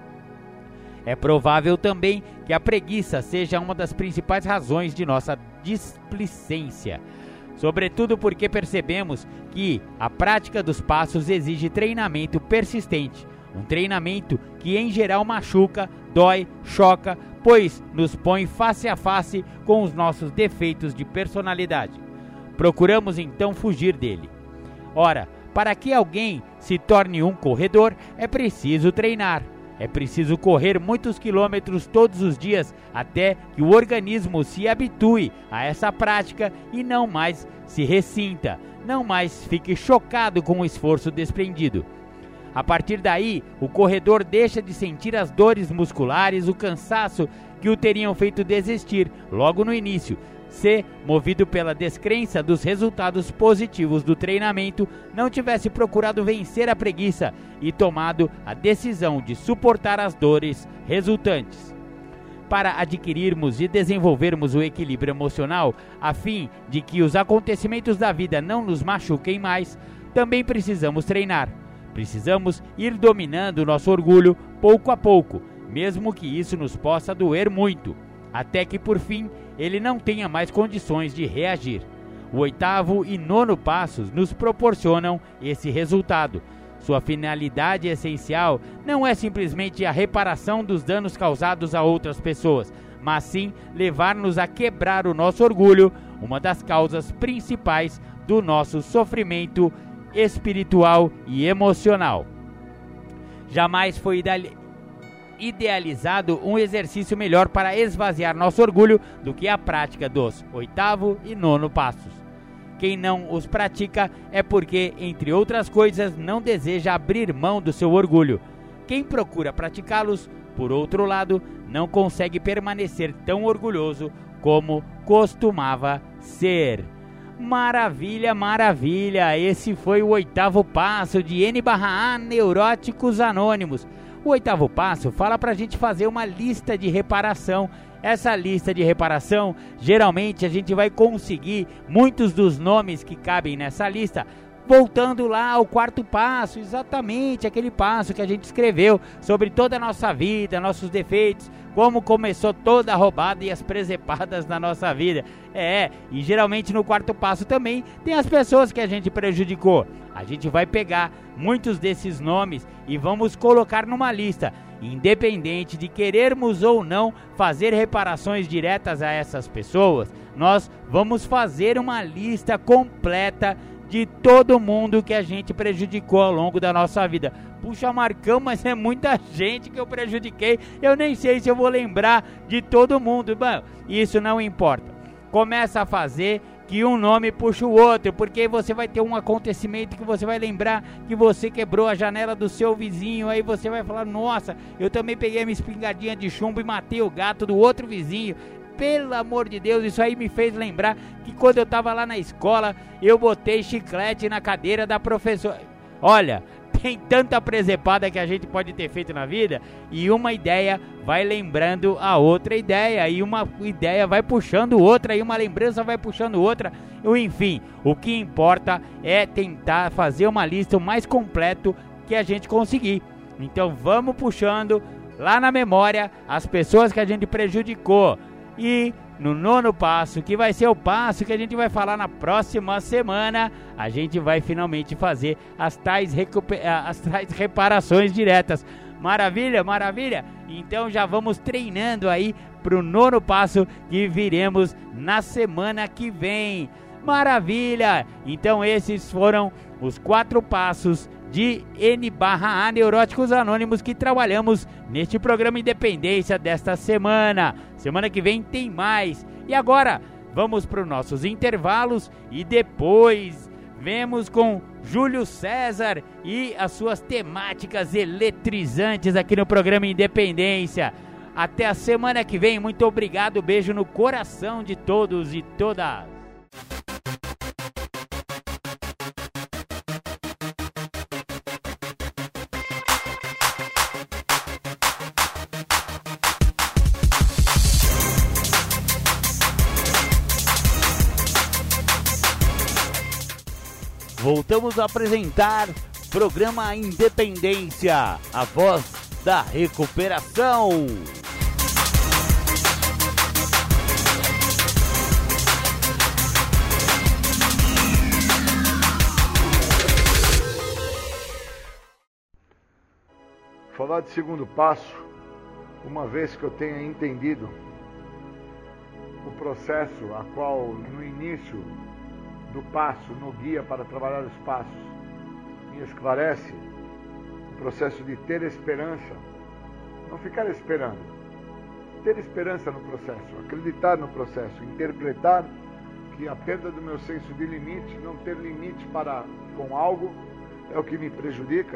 É provável também que a preguiça seja uma das principais razões de nossa displicência, sobretudo porque percebemos que a prática dos passos exige treinamento persistente, um treinamento que em geral machuca, dói, choca, pois nos põe face a face com os nossos defeitos de personalidade. Procuramos então fugir dele. Ora, para que alguém se torne um corredor, é preciso treinar. É preciso correr muitos quilômetros todos os dias até que o organismo se habitue a essa prática e não mais se ressinta, não mais fique chocado com o esforço desprendido. A partir daí, o corredor deixa de sentir as dores musculares, o cansaço que o teriam feito desistir logo no início, se, movido pela descrença dos resultados positivos do treinamento, não tivesse procurado vencer a preguiça e tomado a decisão de suportar as dores resultantes. Para adquirirmos e desenvolvermos o equilíbrio emocional, a fim de que os acontecimentos da vida não nos machuquem mais, também precisamos treinar. Precisamos ir dominando o nosso orgulho pouco a pouco, mesmo que isso nos possa doer muito, até que por fim ele não tenha mais condições de reagir. O oitavo e nono passos nos proporcionam esse resultado. Sua finalidade essencial não é simplesmente a reparação dos danos causados a outras pessoas, mas sim levar-nos a quebrar o nosso orgulho, uma das causas principais do nosso sofrimento espiritual e emocional. Jamais foi idealizado um exercício melhor para esvaziar nosso orgulho do que a prática dos oitavo e nono passos. Quem não os pratica é porque, entre outras coisas, não deseja abrir mão do seu orgulho. Quem procura praticá-los, por outro lado, não consegue permanecer tão orgulhoso como costumava ser. Maravilha, maravilha! Esse foi o oitavo passo de N barra A Neuróticos Anônimos. O oitavo passo fala pra gente fazer uma lista de reparação. Essa lista de reparação, geralmente a gente vai conseguir muitos dos nomes que cabem nessa lista voltando lá ao quarto passo, exatamente aquele passo que a gente escreveu sobre toda a nossa vida, nossos defeitos, como começou toda a roubada e as presepadas na nossa vida. É, e geralmente no quarto passo também tem as pessoas que a gente prejudicou. A gente vai pegar muitos desses nomes e vamos colocar numa lista, independente de querermos ou não fazer reparações diretas a essas pessoas. Nós vamos fazer uma lista completa de todo mundo que a gente prejudicou ao longo da nossa vida. Puxa, Marcão, mas é muita gente que eu prejudiquei, eu nem sei se eu vou lembrar de todo mundo. Bom, isso não importa. Começa a fazer que um nome puxa o outro, porque você vai ter um acontecimento que você vai lembrar que você quebrou a janela do seu vizinho, aí você vai falar, nossa, eu também peguei minha espingardinha de chumbo e matei o gato do outro vizinho. Pelo amor de Deus, isso aí me fez lembrar que quando eu tava lá na escola, eu botei chiclete na cadeira da professora. Olha, tem tanta presepada que a gente pode ter feito na vida, e uma ideia vai lembrando a outra ideia, e uma ideia vai puxando outra, e uma lembrança vai puxando outra. Enfim, o que importa é tentar fazer uma lista o mais completo que a gente conseguir. Então vamos puxando lá na memória as pessoas que a gente prejudicou. E no nono passo, que vai ser o passo que a gente vai falar na próxima semana, a gente vai finalmente fazer as tais, recuper... as tais reparações diretas. Maravilha, maravilha? Então já vamos treinando aí pro nono passo que viremos na semana que vem. Maravilha! Então esses foram os quatro passos de N barra A Neuróticos Anônimos que trabalhamos neste programa Independência desta semana. Semana que vem tem mais. E agora vamos para os nossos intervalos e depois vemos com Júlio César e as suas temáticas eletrizantes aqui no programa Independência. Até a semana que vem. Muito obrigado. Beijo no coração de todos e todas. Voltamos a apresentar programa Independência, a voz da recuperação. Falar de segundo passo, uma vez que eu tenha entendido o processo a qual no início do passo, no guia para trabalhar os passos, me esclarece o processo de ter esperança, não ficar esperando, ter esperança no processo, acreditar no processo, interpretar que a perda do meu senso de limite, não ter limite para com algo, é o que me prejudica,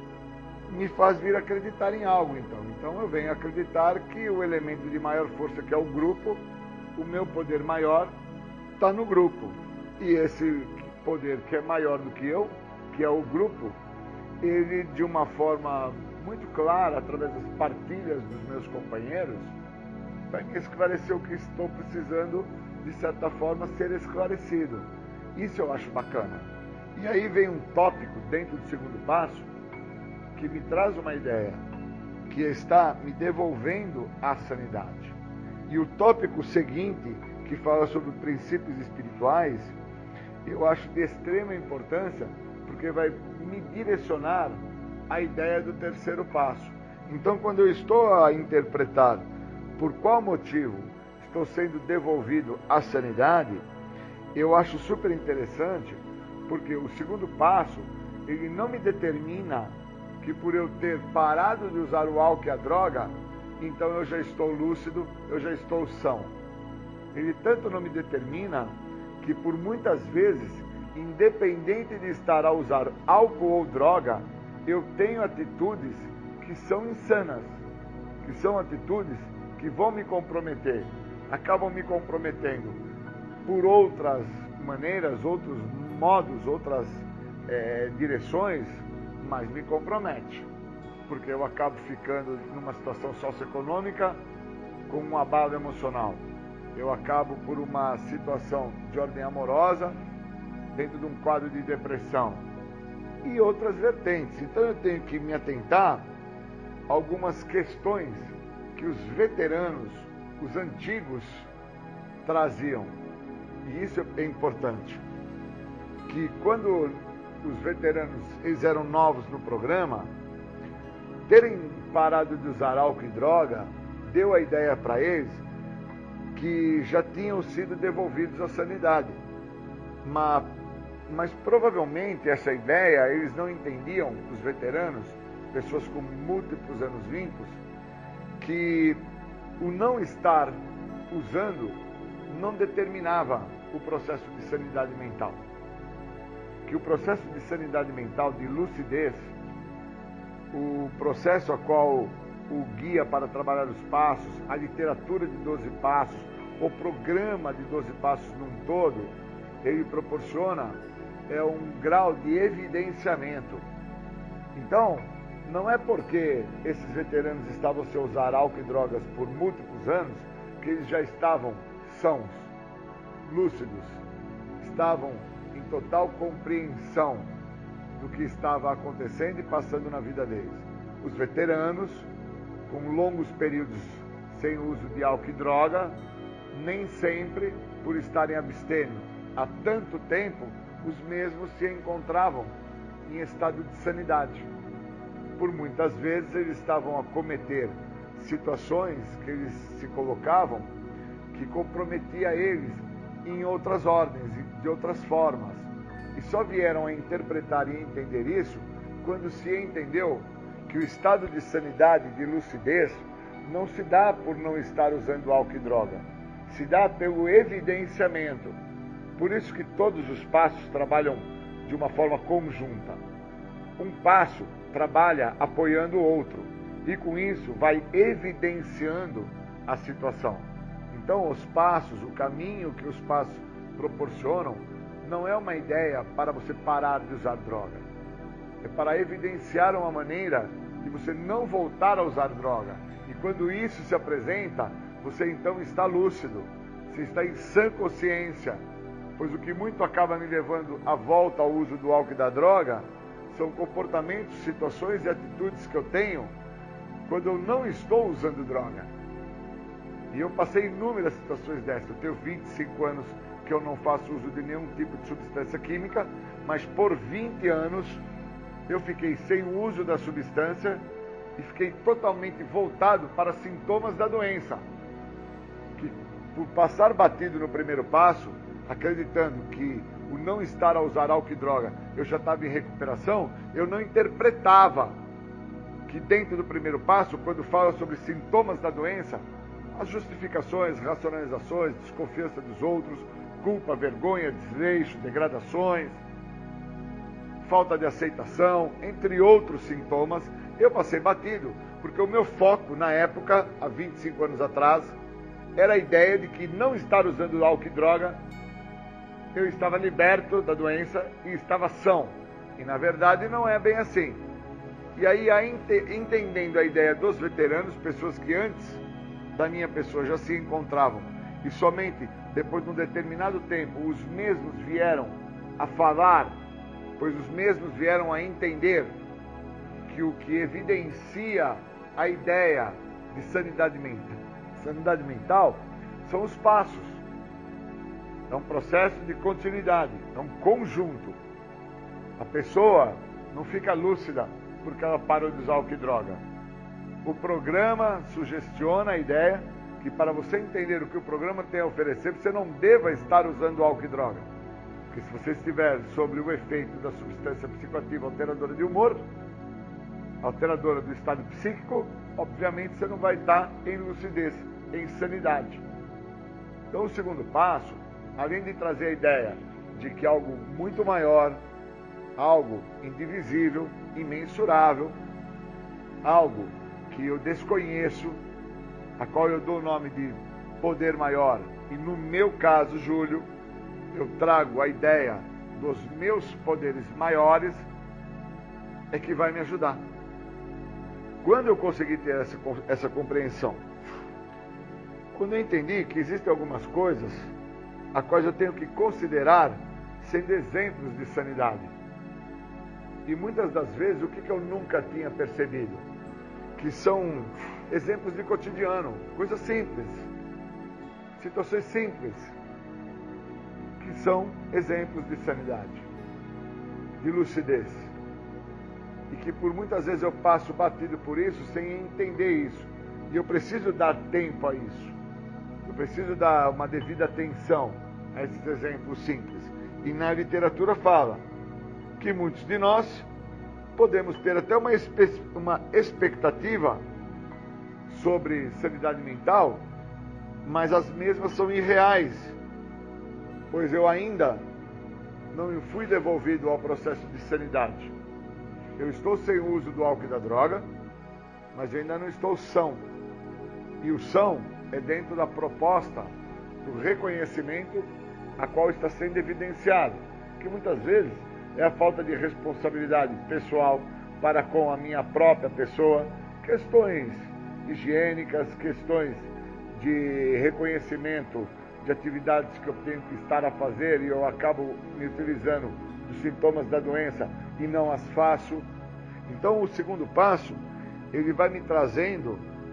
me faz vir acreditar em algo, então. Então eu venho acreditar que o elemento de maior força, que é o grupo, o meu poder maior, está no grupo. E esse poder que é maior do que eu, que é o grupo, ele de uma forma muito clara, através das partilhas dos meus companheiros, vai me esclarecer o que estou precisando, de certa forma, ser esclarecido. Isso eu acho bacana. E aí vem um tópico dentro do segundo passo, que me traz uma ideia, que está me devolvendo a sanidade. E o tópico seguinte, que fala sobre princípios espirituais, eu acho de extrema importância, porque vai me direcionar a ideia do terceiro passo. Então, quando eu estou a interpretar por qual motivo estou sendo devolvido à sanidade, eu acho super interessante, porque o segundo passo, ele não me determina que por eu ter parado de usar o álcool e a droga, então eu já estou lúcido, eu já estou são. Ele tanto não me determina que por muitas vezes, independente de estar a usar álcool ou droga, eu tenho atitudes que são insanas, que são atitudes que vão me comprometer, acabam me comprometendo por outras maneiras, outros modos, outras é, direções, mas me compromete, porque eu acabo ficando numa situação socioeconômica com um abalo emocional. Eu acabo por uma situação de ordem amorosa, dentro de um quadro de depressão e outras vertentes. Então eu tenho que me atentar a algumas questões que os veteranos, os antigos, traziam. E isso é importante. Que quando os veteranos, eles eram novos no programa, terem parado de usar álcool e droga, deu a ideia para eles que já tinham sido devolvidos à sanidade. Mas, mas provavelmente essa ideia eles não entendiam, os veteranos, pessoas com múltiplos anos limpos, que o não estar usando não determinava o processo de sanidade mental. Que o processo de sanidade mental, de lucidez, o processo a qual o guia para trabalhar os passos, a literatura de doze passos, o programa de doze passos num todo, ele proporciona é um grau de evidenciamento. Então, não é porque esses veteranos estavam sem usar álcool e drogas por múltiplos anos que eles já estavam sãos, lúcidos, estavam em total compreensão do que estava acontecendo e passando na vida deles. Os veteranos, com longos períodos sem uso de álcool e droga, nem sempre por estarem abstêmios há tanto tempo, os mesmos se encontravam em estado de sanidade. Por muitas vezes eles estavam a cometer situações que eles se colocavam que comprometia eles em outras ordens, de outras formas. E só vieram a interpretar e entender isso quando se entendeu que o estado de sanidade, de lucidez, não se dá por não estar usando álcool e droga, se dá pelo evidenciamento. Por isso que todos os passos trabalham de uma forma conjunta. Um passo trabalha apoiando o outro e com isso vai evidenciando a situação. Então os passos, o caminho que os passos proporcionam não é uma ideia para você parar de usar droga. É para evidenciar uma maneira de você não voltar a usar droga. E quando isso se apresenta, você então está lúcido, você está em sã consciência, pois o que muito acaba me levando à volta ao uso do álcool e da droga são comportamentos, situações e atitudes que eu tenho quando eu não estou usando droga. E eu passei inúmeras situações dessas. Eu tenho vinte e cinco anos que eu não faço uso de nenhum tipo de substância química, mas por vinte anos eu fiquei sem o uso da substância e fiquei totalmente voltado para sintomas da doença. Que por passar batido no primeiro passo, acreditando que o não estar a usar álcool e droga, eu já estava em recuperação, eu não interpretava que dentro do primeiro passo, quando fala sobre sintomas da doença, as justificações, racionalizações, desconfiança dos outros, culpa, vergonha, desleixo, degradações, falta de aceitação, entre outros sintomas, eu passei batido, porque o meu foco na época, há vinte e cinco anos atrás, era a ideia de que não estar usando álcool e droga, eu estava liberto da doença e estava são. E na verdade não é bem assim. E aí, entendendo a ideia dos veteranos, pessoas que antes da minha pessoa já se encontravam, e somente depois de um determinado tempo os mesmos vieram a falar, pois os mesmos vieram a entender que o que evidencia a ideia de sanidade mental, sanidade mental são os passos. É um processo de continuidade, é um conjunto. A pessoa não fica lúcida porque ela parou de usar álcool e droga. O programa sugestiona a ideia que para você entender o que o programa tem a oferecer, você não deva estar usando álcool e droga. Porque se você estiver sobre o efeito da substância psicoativa alteradora de humor, alteradora do estado psíquico, obviamente você não vai estar em lucidez, em sanidade. Então o segundo passo, além de trazer a ideia de que algo muito maior, algo indivisível, imensurável, algo que eu desconheço, a qual eu dou o nome de poder maior, e no meu caso, Júlio, eu trago a ideia dos meus poderes maiores, é que vai me ajudar. Quando eu consegui ter essa, essa compreensão, quando eu entendi que existem algumas coisas a quais eu tenho que considerar sendo exemplos de sanidade. E muitas das vezes, o que, que eu nunca tinha percebido? Que são exemplos de cotidiano, coisas simples, situações simples, que são exemplos de sanidade, de lucidez. E que por muitas vezes eu passo batido por isso sem entender isso. E eu preciso dar tempo a isso. Eu preciso dar uma devida atenção a esses exemplos simples. E na literatura fala que muitos de nós podemos ter até uma, espe- uma expectativa sobre sanidade mental, mas as mesmas são irreais, pois eu ainda não fui devolvido ao processo de sanidade. Eu estou sem o uso do álcool e da droga, mas eu ainda não estou são. E o são é dentro da proposta do reconhecimento a qual está sendo evidenciado, que muitas vezes é a falta de responsabilidade pessoal para com a minha própria pessoa, questões higiênicas, questões de reconhecimento de atividades que eu tenho que estar a fazer e eu acabo me utilizando dos sintomas da doença e não as faço. Então o segundo passo, ele vai me trazendo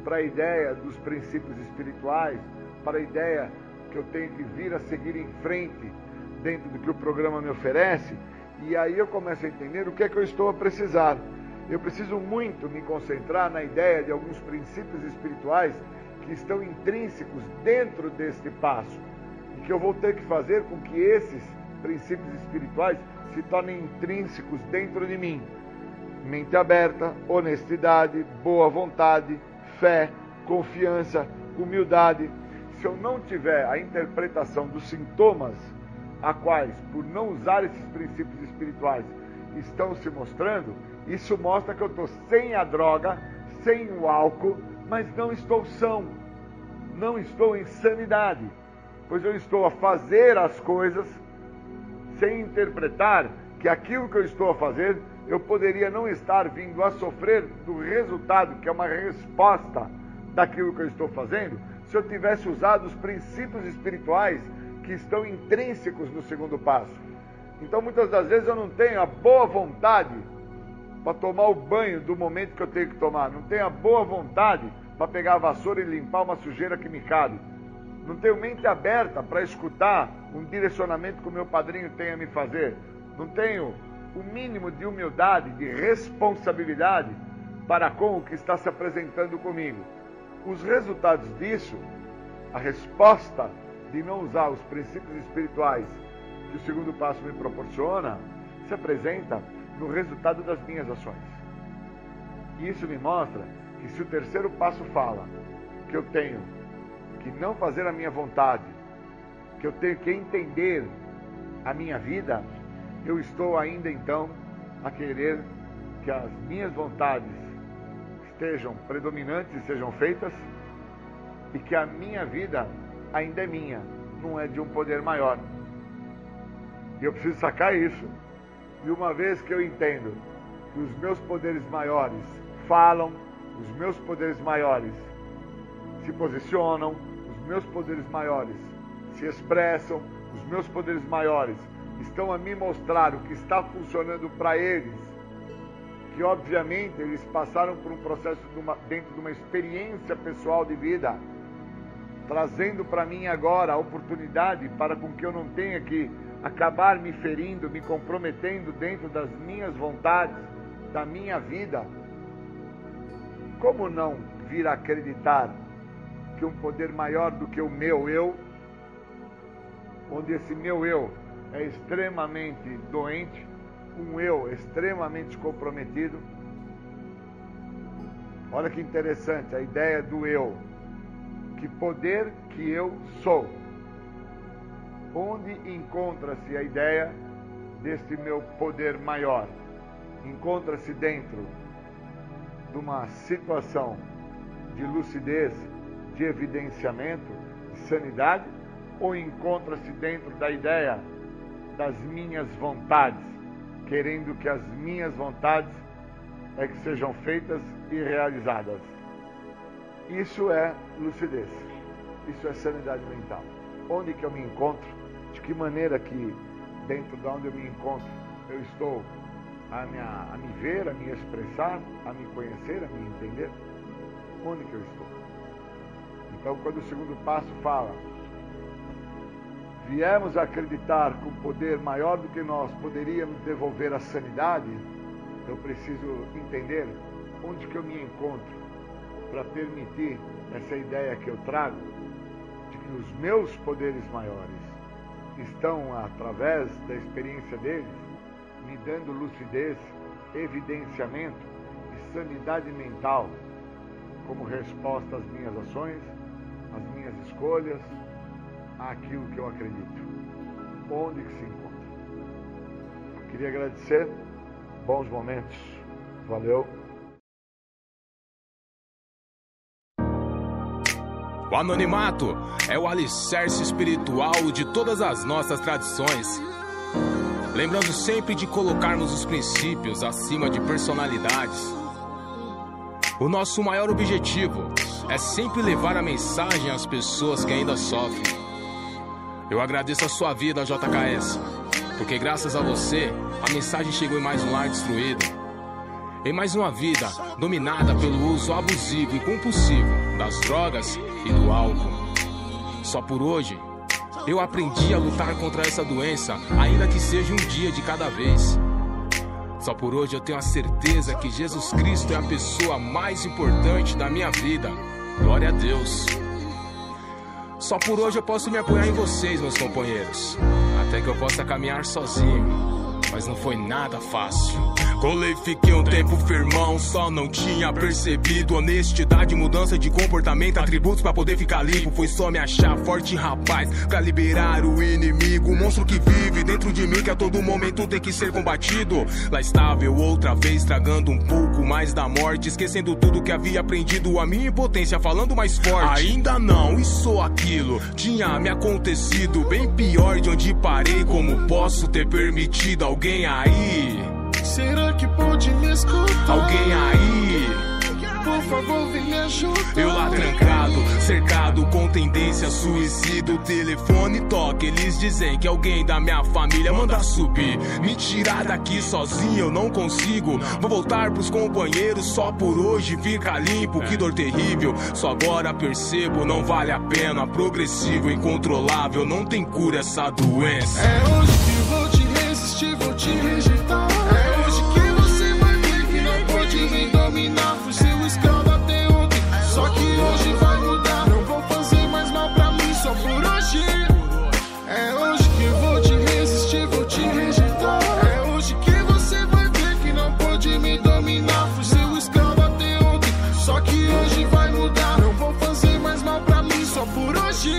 para a ideia dos princípios espirituais, para a ideia que eu tenho que vir a seguir em frente dentro do que o programa me oferece, e aí eu começo a entender o que é que eu estou a precisar. Eu preciso muito me concentrar na ideia de alguns princípios espirituais que estão intrínsecos dentro deste passo, e que eu vou ter que fazer com que esses princípios espirituais se tornem intrínsecos dentro de mim. Mente aberta, honestidade, boa vontade, fé, confiança, humildade. Se eu não tiver a interpretação dos sintomas a quais, por não usar esses princípios espirituais, estão se mostrando, isso mostra que eu estou sem a droga, sem o álcool, mas não estou são, não estou em sanidade, pois eu estou a fazer as coisas sem interpretar que aquilo que eu estou a fazer, eu poderia não estar vindo a sofrer do resultado, que é uma resposta daquilo que eu estou fazendo, se eu tivesse usado os princípios espirituais que estão intrínsecos no segundo passo. Então, muitas das vezes eu não tenho a boa vontade para tomar o banho do momento que eu tenho que tomar, não tenho a boa vontade para pegar a vassoura e limpar uma sujeira que me cabe, não tenho mente aberta para escutar um direcionamento que o meu padrinho tem a me fazer, não tenho o mínimo de humildade, de responsabilidade para com o que está se apresentando comigo. Os resultados disso, a resposta de não usar os princípios espirituais que o segundo passo me proporciona, se apresenta no resultado das minhas ações. E isso me mostra que se o terceiro passo fala que eu tenho que não fazer a minha vontade, que eu tenho que entender a minha vida, eu estou ainda então a querer que as minhas vontades estejam predominantes e sejam feitas, e que a minha vida ainda é minha, não é de um poder maior. E eu preciso sacar isso. E uma vez que eu entendo que os meus poderes maiores falam, os meus poderes maiores se posicionam, os meus poderes maiores se expressam, os meus poderes maiores estão a me mostrar o que está funcionando para eles, que obviamente eles passaram por um processo de uma, dentro de uma experiência pessoal de vida, trazendo para mim agora a oportunidade para com que eu não tenha que acabar me ferindo, me comprometendo dentro das minhas vontades, da minha vida. Como não vir a acreditar que um poder maior do que o meu eu, onde esse meu eu é extremamente doente, um eu extremamente comprometido. Olha que interessante a ideia do eu. Que poder que eu sou. Onde encontra-se a ideia desse meu poder maior? Encontra-se dentro de uma situação de lucidez, de evidenciamento, de sanidade, ou encontra-se dentro da ideia das minhas vontades, querendo que as minhas vontades é que sejam feitas e realizadas? Isso é lucidez, isso é sanidade mental. Onde que eu me encontro? De que maneira que dentro de onde eu me encontro eu estou a, minha, a me ver, a me expressar, a me conhecer, a me entender? Onde que eu estou? Então, quando o segundo passo fala, viemos a acreditar que um poder maior do que nós poderia nos devolver a sanidade, eu preciso entender onde que eu me encontro para permitir essa ideia que eu trago de que os meus poderes maiores estão, através da experiência deles, me dando lucidez, evidenciamento e sanidade mental como resposta às minhas ações, às minhas escolhas, àquilo que eu acredito. Onde que se encontra? Queria agradecer, bons momentos, valeu. O anonimato é o alicerce espiritual de todas as nossas tradições. Lembrando sempre de colocarmos os princípios acima de personalidades. O nosso maior objetivo é sempre levar a mensagem às pessoas que ainda sofrem. Eu agradeço a sua vida, J K S, porque graças a você, a mensagem chegou em mais um lar destruído. em mais uma vida dominada pelo uso abusivo e compulsivo das drogas e do álcool. Só por hoje, eu aprendi a lutar contra essa doença, ainda que seja um dia de cada vez. Só por hoje eu tenho a certeza que Jesus Cristo é a pessoa mais importante da minha vida. Glória a Deus. Só por hoje eu posso me apoiar em vocês, meus companheiros, até que eu possa caminhar sozinho, mas não foi nada fácil. Colei, fiquei um tempo firmão, só não tinha percebido honestidade, mudança de comportamento, atributos pra poder ficar limpo. Foi só me achar forte, rapaz, pra liberar o inimigo, o monstro que vive dentro de mim, que a todo momento tem que ser combatido. Lá estava eu outra vez, tragando um pouco mais da morte, esquecendo tudo que havia aprendido, a minha impotência falando mais forte. Ainda não, isso ou aquilo tinha me acontecido, bem pior de onde parei. Como posso ter permitido alguém aí? Será que pode me escutar? Alguém aí? Por favor, vem me ajudar. Eu lá trancado, cercado com tendência a suicídio. O telefone toca, eles dizem que alguém da minha família manda subir. Me tirar daqui sozinho eu não consigo. Vou voltar pros companheiros, só por hoje fica limpo. Que dor terrível, só agora percebo, não vale a pena. Progressivo, incontrolável, não tem cura essa doença. É hoje que vou te resistir, vou te rejeitar. É hoje que você vai ver que não pode me dominar. Fui seu escravo até ontem, só que hoje vai mudar. Não vou fazer mais mal pra mim só por hoje. É hoje que vou te resistir, vou te rejeitar. É hoje que você vai ver que não pode me dominar. Fui seu escravo até ontem, só que hoje vai mudar. Não vou fazer mais mal pra mim só por hoje.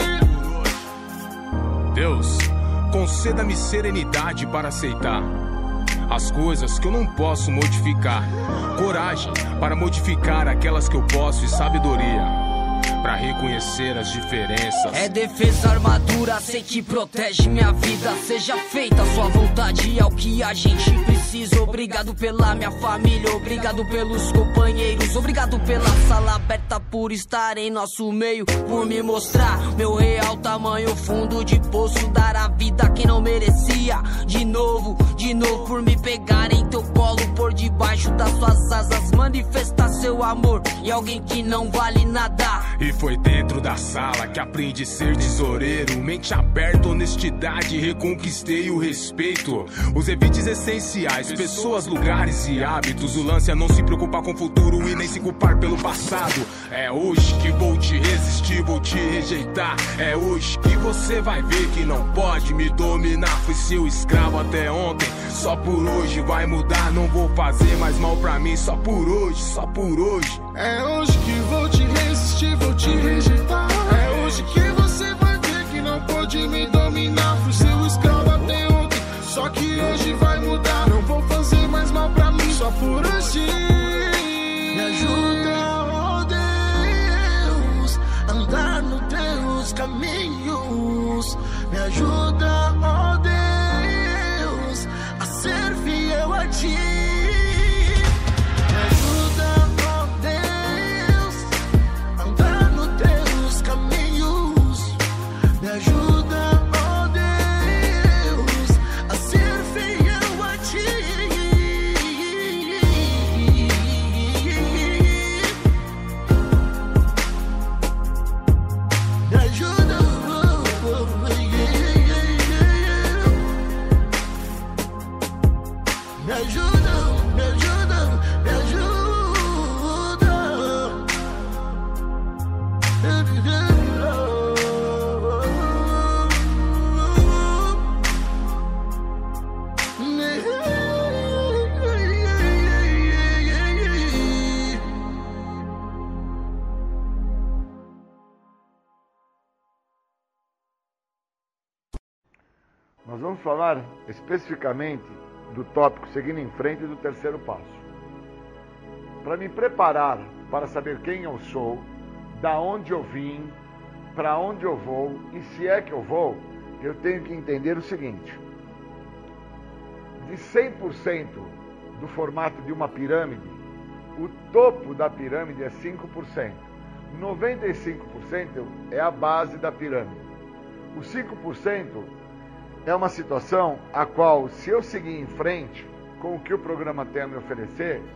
Deus, conceda-me serenidade para aceitar as coisas que eu não posso modificar, coragem para modificar aquelas que eu posso e sabedoria para reconhecer as diferenças. É defesa, armadura, sei que protege minha vida. Seja feita a sua vontade, é o que a gente precisa. Obrigado pela minha família, obrigado pelos companheiros, obrigado pela sala aberta por estar em nosso meio, por me mostrar meu real tamanho, fundo de poço, dar a vida a quem não merecia. De novo, de novo, por me pegar em teu colo, por debaixo das suas asas, manifestar seu amor e alguém que não vale nada. E foi dentro da sala que aprendi a ser tesoureiro, mente aberta, honestidade, reconquistei o respeito. Os evites essenciais, pessoas, lugares e hábitos. O lance é não se preocupar com o futuro e nem se culpar pelo passado. É hoje que vou te resistir, vou te rejeitar. É hoje que você vai ver que não pode me dominar. Fui seu escravo até ontem, só por hoje vai mudar. Não vou fazer mais mal pra mim, só por hoje, só por hoje. É hoje que vou te resistir, vou te rejeitar. É hoje que você vai ver que não pode me dominar. Fui seu escravo até ontem, só que hoje vai mudar. Não vou fazer mais mal pra mim, só por hoje. Me ajuda, oh Deus, a andar nos teus caminhos. Me ajuda, oh Deus, a ser fiel a ti. Nós vamos falar especificamente do tópico seguindo em frente do terceiro passo. Para me preparar para saber quem eu sou, da onde eu vim, para onde eu vou e se é que eu vou, eu tenho que entender o seguinte: de cem por cento do formato de uma pirâmide, o topo da pirâmide é cinco por cento. noventa e cinco por cento é a base da pirâmide. Os cinco por cento é uma situação a qual, se eu seguir em frente com o que o programa tem a me oferecer,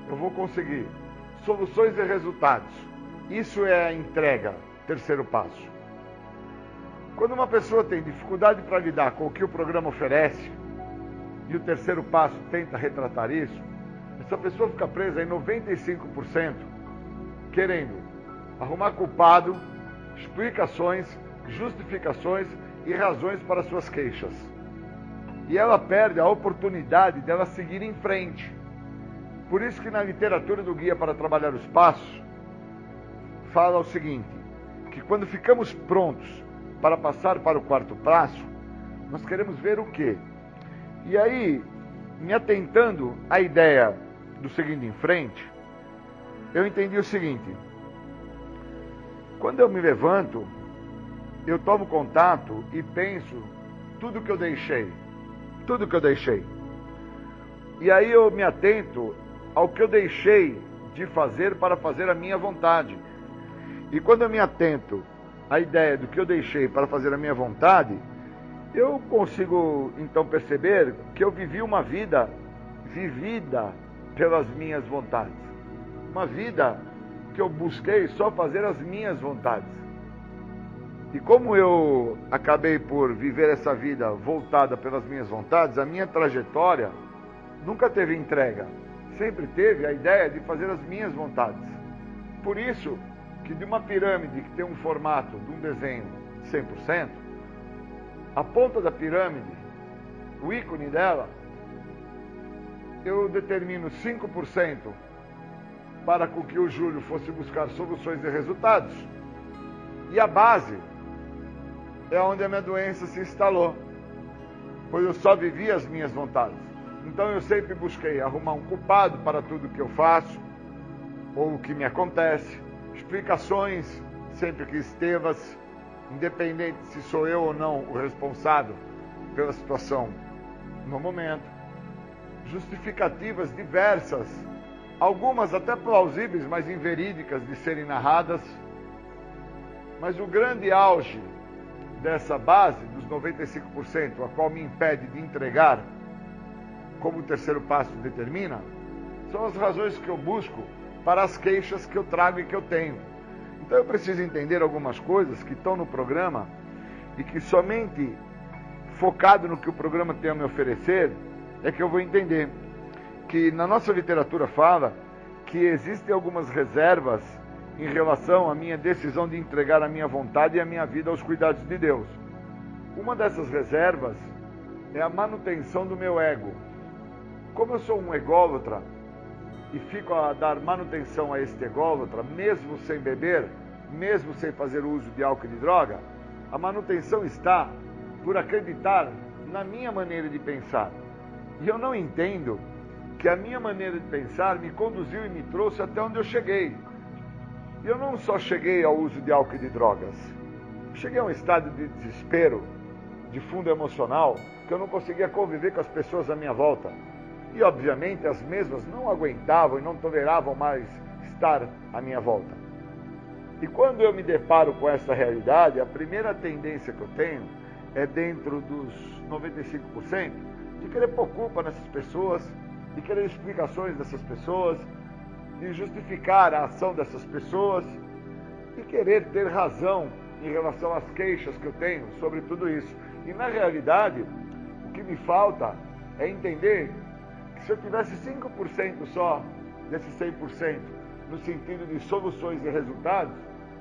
eu vou conseguir soluções e resultados. Isso é a entrega, terceiro passo. Quando uma pessoa tem dificuldade para lidar com o que o programa oferece, e o terceiro passo tenta retratar isso, essa pessoa fica presa em noventa e cinco por cento querendo arrumar culpado, explicações, justificações e razões para suas queixas. E ela perde a oportunidade dela seguir em frente. Por isso que na literatura do Guia para Trabalhar os Passos, fala o seguinte, que quando ficamos prontos para passar para o quarto passo, nós queremos ver o quê? E aí, me atentando à ideia do seguindo em frente, eu entendi o seguinte, quando eu me levanto, eu tomo contato e penso tudo que eu deixei, tudo que eu deixei. E aí eu me atento ao que eu deixei de fazer para fazer a minha vontade. E quando eu me atento à ideia do que eu deixei para fazer a minha vontade, eu consigo então perceber que eu vivi uma vida vivida pelas minhas vontades. Uma vida que eu busquei só fazer as minhas vontades. E como eu acabei por viver essa vida voltada pelas minhas vontades, a minha trajetória nunca teve entrega. Sempre teve a ideia de fazer as minhas vontades. Por isso que de uma pirâmide que tem um formato de um desenho de cem por cento, a ponta da pirâmide, o ícone dela, eu determino cinco por cento para que o Júlio fosse buscar soluções e resultados. E a base é onde a minha doença se instalou, pois eu só vivi as minhas vontades. Então eu sempre busquei arrumar um culpado para tudo que eu faço, ou o que me acontece, explicações sempre que estevas, independente se sou eu ou não o responsável pela situação no momento, justificativas diversas, algumas até plausíveis, mas inverídicas de serem narradas. Mas o grande auge dessa base, dos noventa e cinco por cento, a qual me impede de entregar, como o terceiro passo determina, são as razões que eu busco para as queixas que eu trago e que eu tenho. Então eu preciso entender algumas coisas que estão no programa e que somente focado no que o programa tem a me oferecer é que eu vou entender que na nossa literatura fala que existem algumas reservas em relação à minha decisão de entregar a minha vontade e a minha vida aos cuidados de Deus. Uma dessas reservas é a manutenção do meu ego. Como eu sou um ególatra e fico a dar manutenção a este ególatra, mesmo sem beber, mesmo sem fazer uso de álcool e de droga, a manutenção está por acreditar na minha maneira de pensar. E eu não entendo que a minha maneira de pensar me conduziu e me trouxe até onde eu cheguei. E eu não só cheguei ao uso de álcool e de drogas, cheguei a um estado de desespero, de fundo emocional, que eu não conseguia conviver com as pessoas à minha volta. E, obviamente, as mesmas não aguentavam e não toleravam mais estar à minha volta. E quando eu me deparo com essa realidade, a primeira tendência que eu tenho é, dentro dos noventa e cinco por cento, de querer pôr culpa nessas pessoas, de querer explicações dessas pessoas, de justificar a ação dessas pessoas e querer ter razão em relação às queixas que eu tenho sobre tudo isso. E, na realidade, o que me falta é entender que se eu tivesse cinco por cento só desses cem por cento no sentido de soluções e resultados,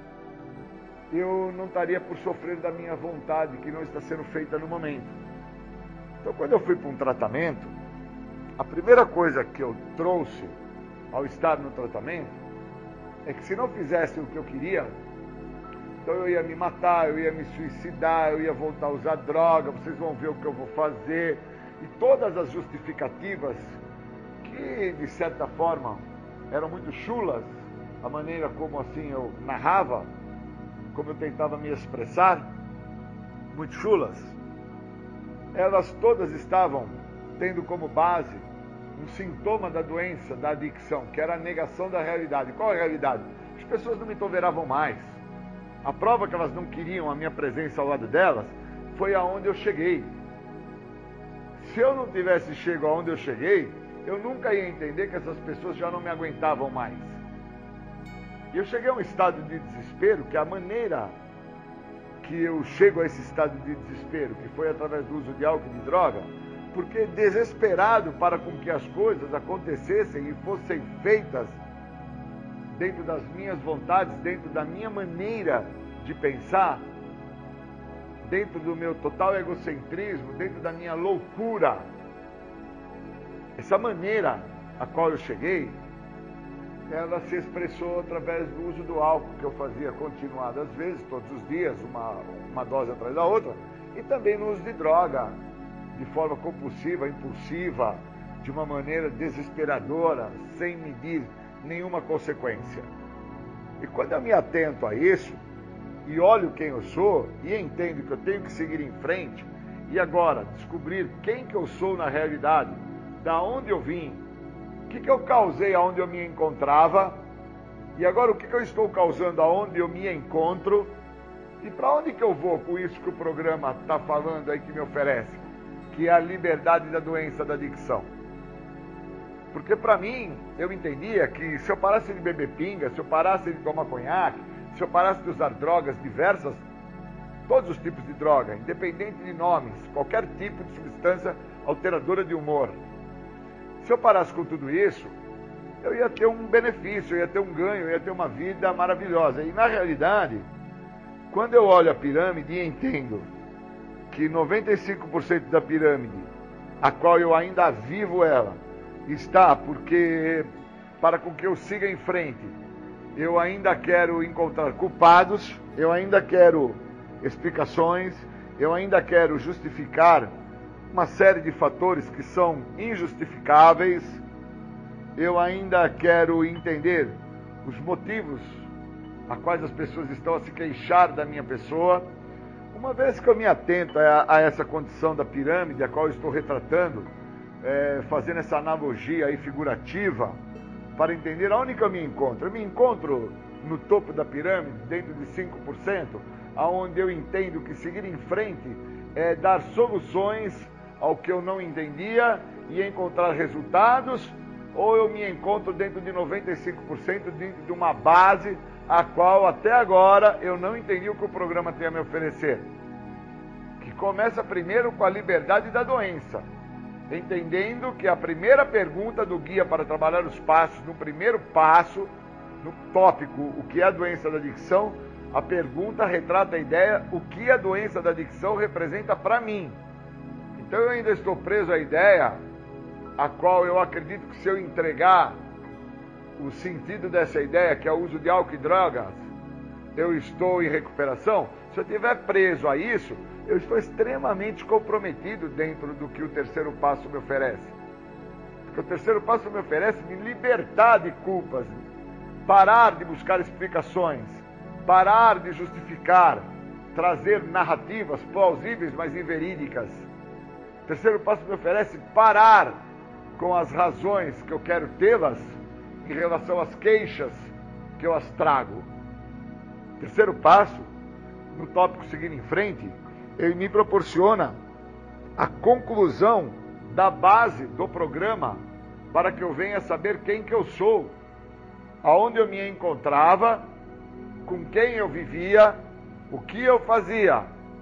eu não estaria por sofrer da minha vontade que não está sendo feita no momento. Então, quando eu fui para um tratamento, a primeira coisa que eu trouxe ao estar no tratamento é que se não fizesse o que eu queria, então eu ia me matar, eu ia me suicidar, eu ia voltar a usar droga, vocês vão ver o que eu vou fazer. E todas as justificativas que, de certa forma, eram muito chulas, a maneira como assim eu narrava, como eu tentava me expressar, muito chulas, elas todas estavam tendo como base um sintoma da doença, da adicção, que era a negação da realidade. Qual é a realidade? As pessoas não me toleravam mais. A prova que elas não queriam a minha presença ao lado delas foi aonde eu cheguei. Se eu não tivesse chego aonde eu cheguei, eu nunca ia entender que essas pessoas já não me aguentavam mais. E eu cheguei a um estado de desespero, que a maneira que eu chego a esse estado de desespero, que foi através do uso de álcool e de droga, porque desesperado para com que as coisas acontecessem e fossem feitas dentro das minhas vontades, dentro da minha maneira de pensar, dentro do meu total egocentrismo, dentro da minha loucura. Essa maneira a qual eu cheguei, ela se expressou através do uso do álcool, que eu fazia continuadas vezes, todos os dias, uma, uma dose atrás da outra, e também no uso de droga, de forma compulsiva, impulsiva, de uma maneira desesperadora, sem medir nenhuma consequência. E quando eu me atento a isso, e olho quem eu sou, e entendo que eu tenho que seguir em frente, e agora descobrir quem que eu sou na realidade, da onde eu vim, o que que eu causei aonde eu me encontrava, e agora o que que eu estou causando aonde eu me encontro, e para onde que eu vou com isso que o programa está falando aí, que me oferece, que é a liberdade da doença da adicção. Porque para mim, eu entendia que se eu parasse de beber pinga, se eu parasse de tomar conhaque, se eu parasse de usar drogas diversas, todos os tipos de droga, independente de nomes, qualquer tipo de substância alteradora de humor, se eu parasse com tudo isso, eu ia ter um benefício, eu ia ter um ganho, eu ia ter uma vida maravilhosa. E na realidade, quando eu olho a pirâmide e entendo que noventa e cinco por cento da pirâmide, a qual eu ainda vivo ela, está porque, para com que eu siga em frente, eu ainda quero encontrar culpados, eu ainda quero explicações, eu ainda quero justificar uma série de fatores que são injustificáveis, eu ainda quero entender os motivos a quais as pessoas estão a se queixar da minha pessoa. Uma vez que eu me atento a, a essa condição da pirâmide, a qual eu estou retratando, é, fazendo essa analogia aí figurativa, para entender aonde que eu me encontro. Eu me encontro no topo da pirâmide, dentro de cinco por cento, aonde eu entendo que seguir em frente é dar soluções ao que eu não entendia e encontrar resultados, ou eu me encontro dentro de noventa e cinco por cento, dentro de uma base a qual até agora eu não entendi o que o programa tem a me oferecer. Que começa primeiro com a liberdade da doença, entendendo que a primeira pergunta do guia para trabalhar os passos, no primeiro passo, no tópico, o que é a doença da adicção, a pergunta retrata a ideia, o que a doença da adicção representa para mim. Então eu ainda estou preso à ideia, a qual eu acredito que se eu entregar o sentido dessa ideia, que é o uso de álcool e drogas, eu estou em recuperação. Se eu estiver preso a isso, eu estou extremamente comprometido dentro do que o terceiro passo me oferece. Porque o terceiro passo me oferece me libertar de culpas, parar de buscar explicações, parar de justificar, trazer narrativas plausíveis, mas inverídicas. O terceiro passo me oferece parar com as razões que eu quero tê-las em relação às queixas que eu as trago. Terceiro passo, no tópico seguindo em frente, ele me proporciona a conclusão da base do programa para que eu venha saber quem que eu sou, aonde eu me encontrava, com quem eu vivia, o que eu fazia.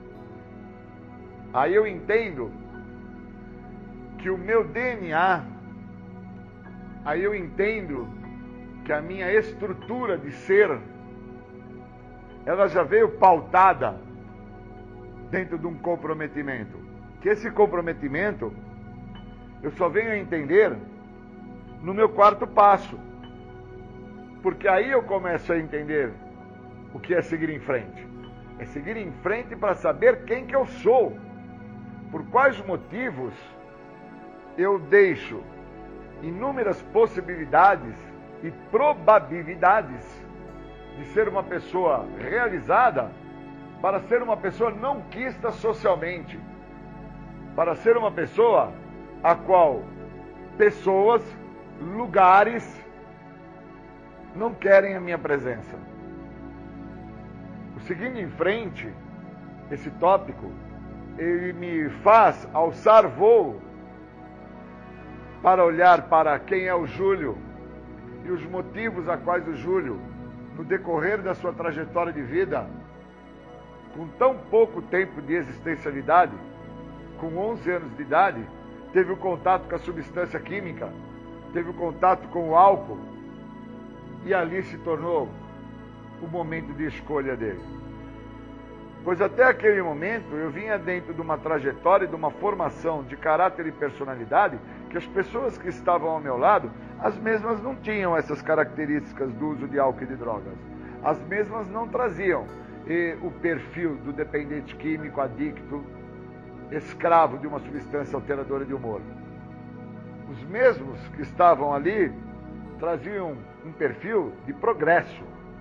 Aí eu entendo que o meu D N A, aí eu entendo que a minha estrutura de ser, ela já veio pautada dentro de um comprometimento. Que esse comprometimento, eu só venho a entender no meu quarto passo. Porque aí eu começo a entender o que é seguir em frente. É seguir em frente para saber quem que eu sou. Por quais motivos eu deixo inúmeras possibilidades e probabilidades de ser uma pessoa realizada para ser uma pessoa não quista socialmente, para ser uma pessoa a qual pessoas, lugares não querem a minha presença. O seguindo em frente, esse tópico, ele me faz alçar voo para olhar para quem é o Júlio e os motivos a quais o Júlio, no decorrer da sua trajetória de vida, com tão pouco tempo de existencialidade, com onze anos de idade, teve o contato com a substância química, teve o contato com o álcool, e ali se tornou o momento de escolha dele. Pois até aquele momento eu vinha dentro de uma trajetória, de uma formação de caráter e personalidade, que as pessoas que estavam ao meu lado, as mesmas não tinham essas características do uso de álcool e de drogas. As mesmas não traziam e, o perfil do dependente químico, adicto, escravo de uma substância alteradora de humor. Os mesmos que estavam ali traziam um perfil de progresso.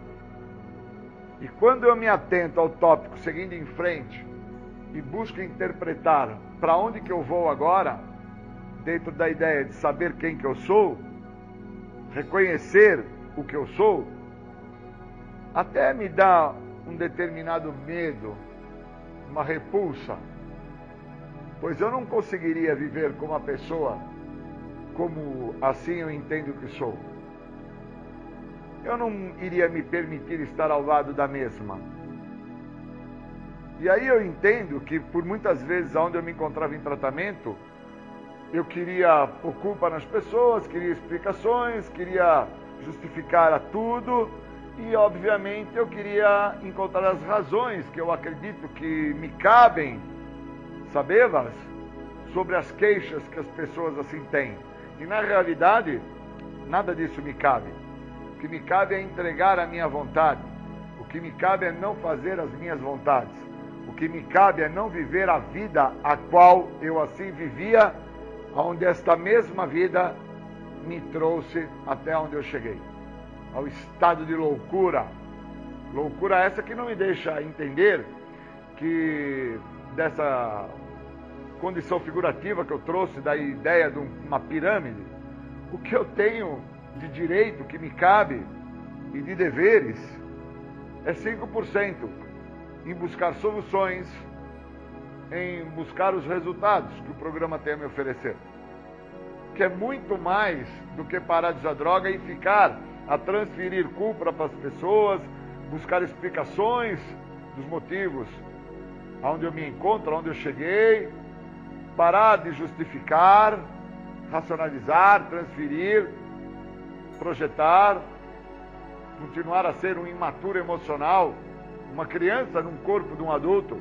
E quando eu me atento ao tópico seguindo em frente e busco interpretar para onde que eu vou agora, dentro da ideia de saber quem que eu sou, reconhecer o que eu sou, até me dá um determinado medo, uma repulsa, pois eu não conseguiria viver como uma pessoa como assim eu entendo que sou. Eu não iria me permitir estar ao lado da mesma. E aí eu entendo que por muitas vezes onde eu me encontrava em tratamento, eu queria pôr culpa nas pessoas, queria explicações, queria justificar a tudo e obviamente eu queria encontrar as razões que eu acredito que me cabem sabê-las sobre as queixas que as pessoas assim têm. E na realidade, nada disso me cabe. O que me cabe é entregar a minha vontade. O que me cabe é não fazer as minhas vontades. O que me cabe é não viver a vida a qual eu assim vivia, onde esta mesma vida me trouxe até onde eu cheguei. Ao estado de loucura. Loucura essa que não me deixa entender que dessa condição figurativa que eu trouxe, da ideia de uma pirâmide, o que eu tenho de direito que me cabe e de deveres é cinco por cento em buscar soluções, em buscar os resultados que o programa tem a me oferecer, que é muito mais do que parar de usar droga e ficar a transferir culpa para as pessoas, buscar explicações dos motivos aonde eu me encontro, aonde eu cheguei, parar de justificar, racionalizar, transferir, projetar, continuar a ser um imaturo emocional, uma criança num corpo de um adulto,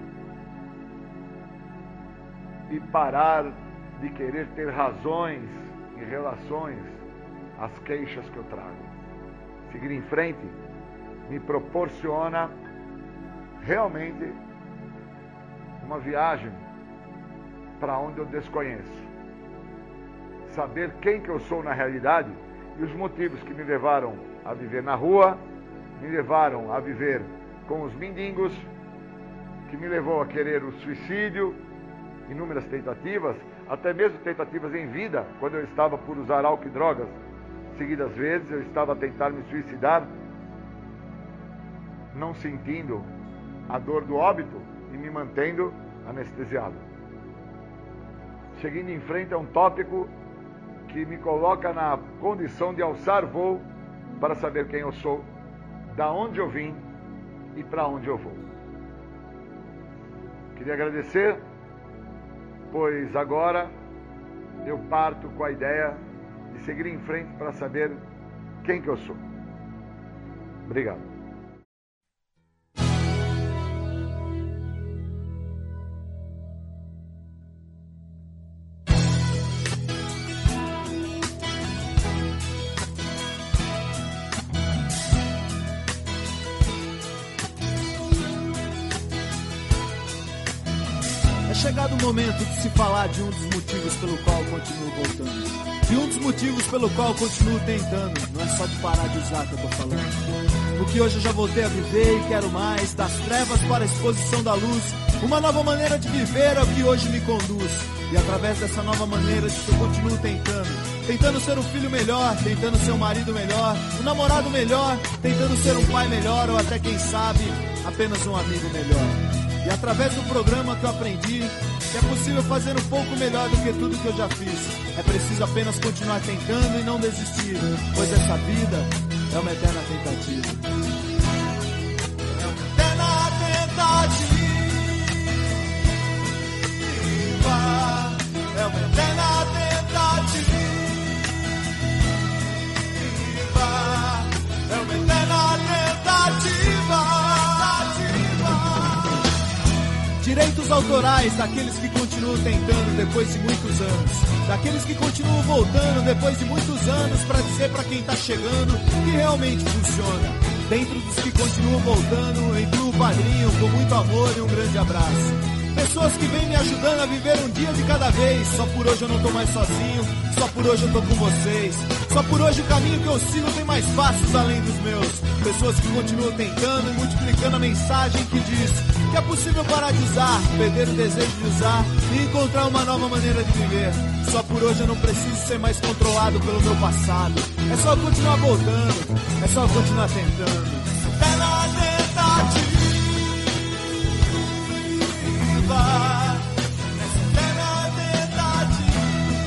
e parar de querer ter razões em relações às queixas que eu trago. Seguir em frente me proporciona realmente uma viagem para onde eu desconheço. Saber quem que eu sou na realidade e os motivos que me levaram a viver na rua, me levaram a viver com os mendigos, que me levou a querer o suicídio, inúmeras tentativas, até mesmo tentativas em vida, quando eu estava por usar álcool e drogas. Seguidas vezes eu estava a tentar me suicidar, não sentindo a dor do óbito e me mantendo anestesiado. Seguindo em frente a um tópico que me coloca na condição de alçar voo para saber quem eu sou, da onde eu vim e para onde eu vou. Queria agradecer, pois agora eu parto com a ideia de seguir em frente para saber quem que eu sou. Obrigado. Chegado o momento de se falar de um dos motivos pelo qual eu continuo voltando. De um dos motivos pelo qual eu continuo tentando. Não é só de parar de usar que eu tô falando. Porque hoje eu já voltei a viver e quero mais. Das trevas para a exposição da luz. Uma nova maneira de viver é o que hoje me conduz. E através dessa nova maneira eu continuo tentando. Tentando ser um filho melhor, tentando ser um marido melhor, um namorado melhor, tentando ser um pai melhor ou até quem sabe, apenas um amigo melhor. E através do programa que eu aprendi, que é possível fazer um pouco melhor do que tudo que eu já fiz. É preciso apenas continuar tentando e não desistir, pois essa vida é uma eterna tentativa. É uma eterna tentativa. É uma eterna tentativa. É uma eterna tentativa. Direitos autorais daqueles que continuam tentando depois de muitos anos. Daqueles que continuam voltando depois de muitos anos para dizer para quem tá chegando que realmente funciona. Dentro dos que continuam voltando, incluo o padrinho com muito amor e um grande abraço. Pessoas que vêm me ajudando a viver um dia de cada vez. Só por hoje eu não tô mais sozinho, só por hoje eu tô com vocês. Só por hoje o caminho que eu sigo tem mais passos além dos meus. Pessoas que continuam tentando e multiplicando a mensagem que diz que é possível parar de usar, perder o desejo de usar e encontrar uma nova maneira de viver. Só por hoje eu não preciso ser mais controlado pelo meu passado. É só continuar voltando, é só continuar tentando. É na tentativa. Nessa eterna tentativa,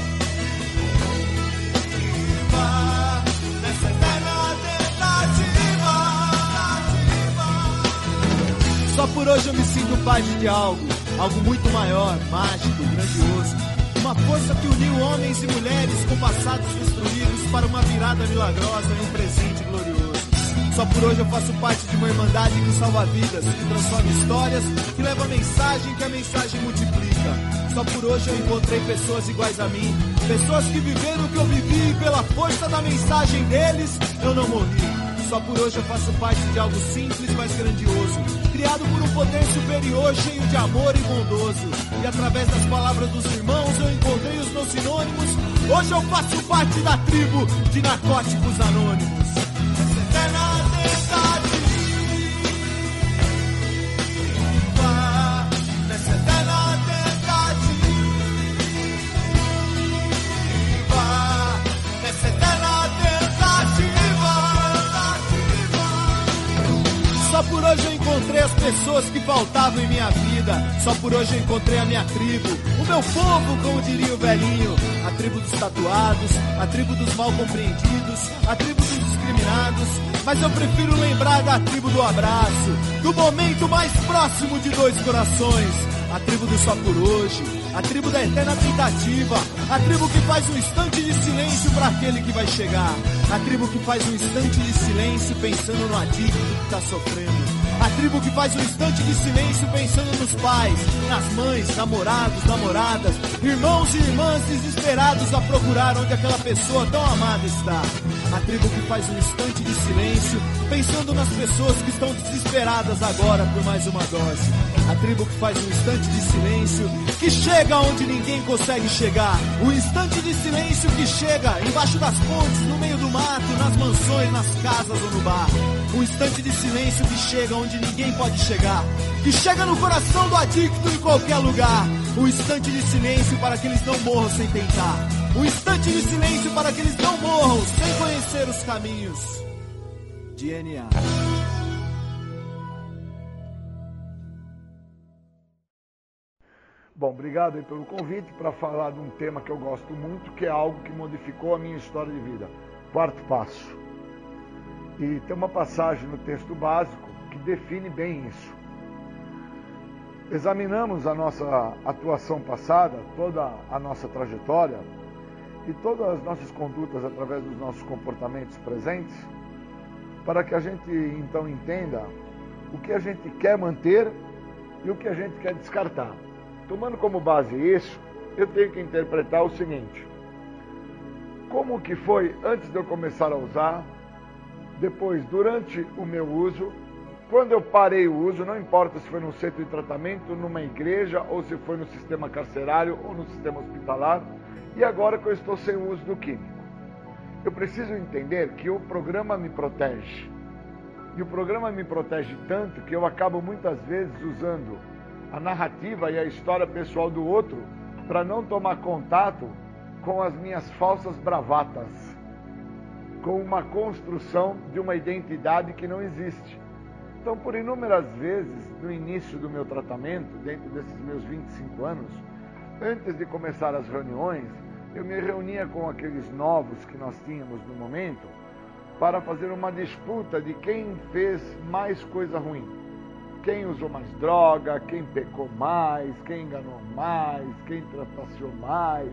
nessa eterna tentativa. Só por hoje eu me sinto parte de algo, algo muito maior, mágico, grandioso. Uma força que uniu homens e mulheres com passados destruídos para uma virada milagrosa e um presente glorioso. Só por hoje eu faço parte de uma irmandade que salva vidas, que transforma histórias, que leva a mensagem, que a mensagem multiplica. Só por hoje eu encontrei pessoas iguais a mim, pessoas que viveram o que eu vivi e pela força da mensagem deles, eu não morri. Só por hoje eu faço parte de algo simples, mas grandioso, criado por um poder superior, cheio de amor e bondoso. E através das palavras dos irmãos eu encontrei os meus sinônimos. Hoje eu faço parte da tribo de Narcóticos Anônimos. Essa eterna tentativa, nessa eterna tentativa, nessa eterna tentativa. Só por hoje eu encontrei as pessoas que faltavam em minha vida. Só por hoje eu encontrei a minha tribo, o meu povo, como diria o velhinho. A tribo dos tatuados, a tribo dos mal compreendidos, a tribo dos discriminados. Mas eu prefiro lembrar da tribo do abraço, do momento mais próximo de dois corações. A tribo do só por hoje, a tribo da eterna tentativa, a tribo que faz um instante de silêncio para aquele que vai chegar. A tribo que faz um instante de silêncio pensando no adicto que tá sofrendo. A tribo que faz um instante de silêncio pensando nos pais, nas mães, namorados, namoradas, irmãos e irmãs desesperados a procurar onde aquela pessoa tão amada está. A tribo que faz um instante de silêncio pensando nas pessoas que estão desesperadas agora por mais uma dose. A tribo que faz um instante de silêncio que chega onde ninguém consegue chegar. Um instante de silêncio que chega embaixo das pontes, no meio do mato, nas mansões, nas casas ou no bar. Um instante de silêncio que chega onde ninguém pode chegar, que chega no coração do adicto em qualquer lugar. Um instante de silêncio para que eles não morram sem tentar. Um instante de silêncio para que eles não morram sem conhecer os caminhos de N A. Bom, obrigado aí pelo convite para falar de um tema que eu gosto muito, que é algo que modificou a minha história de vida. Quarto passo. E tem uma passagem no texto básico que define bem isso. Examinamos a nossa atuação passada, toda a nossa trajetória e todas as nossas condutas através dos nossos comportamentos presentes, para que a gente então entenda o que a gente quer manter e o que a gente quer descartar. Tomando como base isso, eu tenho que interpretar o seguinte: como que foi antes de eu começar a usar, depois, durante o meu uso, quando eu parei o uso, não importa se foi no centro de tratamento, numa igreja, ou se foi no sistema carcerário, ou no sistema hospitalar, e agora que eu estou sem o uso do químico. Eu preciso entender que o programa me protege. E o programa me protege tanto que eu acabo muitas vezes usando a narrativa e a história pessoal do outro para não tomar contato com as minhas falsas bravatas, com uma construção de uma identidade que não existe. Então, por inúmeras vezes, no início do meu tratamento, dentro desses meus vinte e cinco anos, antes de começar as reuniões, eu me reunia com aqueles novos que nós tínhamos no momento para fazer uma disputa de quem fez mais coisa ruim. Quem usou mais droga, quem pecou mais, quem enganou mais, quem trapaceou mais.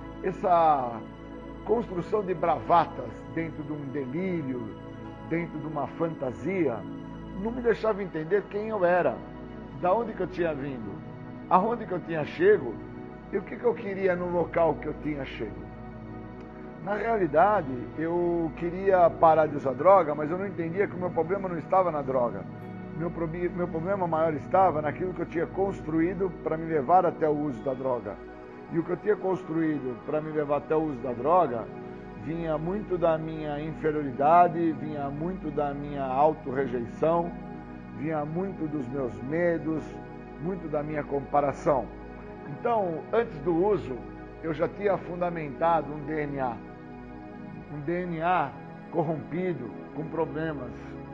Essa construção de bravatas dentro de um delírio, dentro de uma fantasia, não me deixava entender quem eu era, da onde que eu tinha vindo, aonde que eu tinha chego e o que que eu queria no local que eu tinha chego. Na realidade, eu queria parar de usar droga, mas eu não entendia que o meu problema não estava na droga. Meu, meu problema maior estava naquilo que eu tinha construído para me levar até o uso da droga. E o que eu tinha construído para me levar até o uso da droga vinha muito da minha inferioridade, vinha muito da minha autorrejeição, vinha muito dos meus medos, muito da minha comparação. Então, antes do uso, eu já tinha fundamentado um D N A. Um D N A corrompido, com problemas.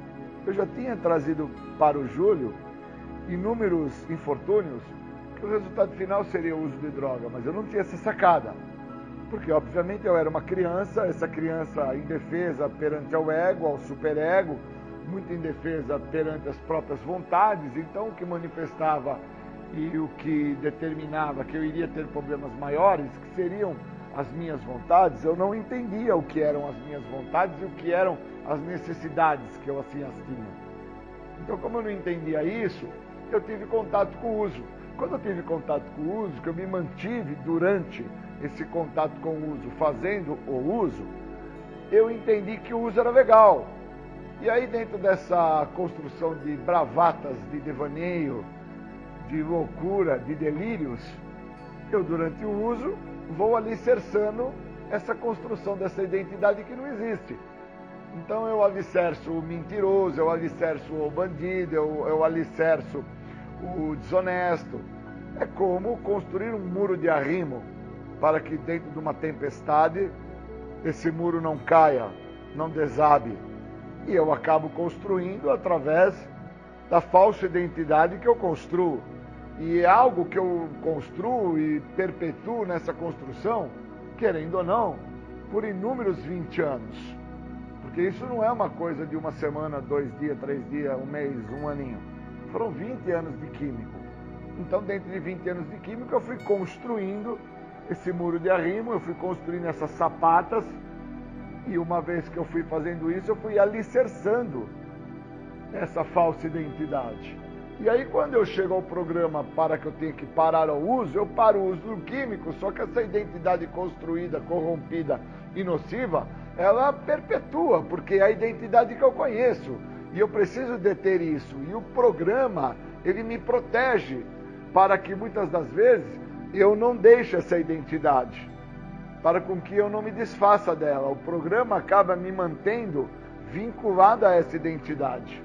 Eu já tinha trazido para o Júlio inúmeros infortúnios que o resultado final seria o uso de droga, mas eu não tinha essa sacada. Porque, obviamente, eu era uma criança, essa criança indefesa perante ao ego, ao superego, muito indefesa perante as próprias vontades, então o que manifestava e o que determinava que eu iria ter problemas maiores, que seriam as minhas vontades, eu não entendia o que eram as minhas vontades e o que eram as necessidades que eu assim as tinha. Então, como eu não entendia isso, eu tive contato com o uso. Quando eu tive contato com o uso, que eu me mantive durante esse contato com o uso, fazendo o uso, eu entendi que o uso era legal. E aí, dentro dessa construção de bravatas, de devaneio, de loucura, de delírios, eu, durante o uso, vou alicerçando essa construção dessa identidade que não existe. Então eu alicerço o mentiroso, eu alicerço o bandido, eu, eu alicerço o desonesto. É como construir um muro de arrimo para que dentro de uma tempestade esse muro não caia, não desabe. E eu acabo construindo através da falsa identidade que eu construo. E é algo que eu construo e perpetuo nessa construção, querendo ou não, por inúmeros vinte anos. Porque isso não é uma coisa de uma semana, dois dias, três dias, um mês, um aninho. Foram vinte anos de químico. Então, dentro de vinte anos de químico, eu fui construindo esse muro de arrimo, eu fui construindo essas sapatas, e uma vez que eu fui fazendo isso, eu fui alicerçando essa falsa identidade. E aí, quando eu chego ao programa para que eu tenha que parar o uso, eu paro o uso do químico, só que essa identidade construída, corrompida e nociva, ela perpetua, porque é a identidade que eu conheço. E eu preciso deter isso. E o programa, ele me protege para que muitas das vezes eu não deixe essa identidade, para com que eu não me desfaça dela. O programa acaba me mantendo vinculado a essa identidade.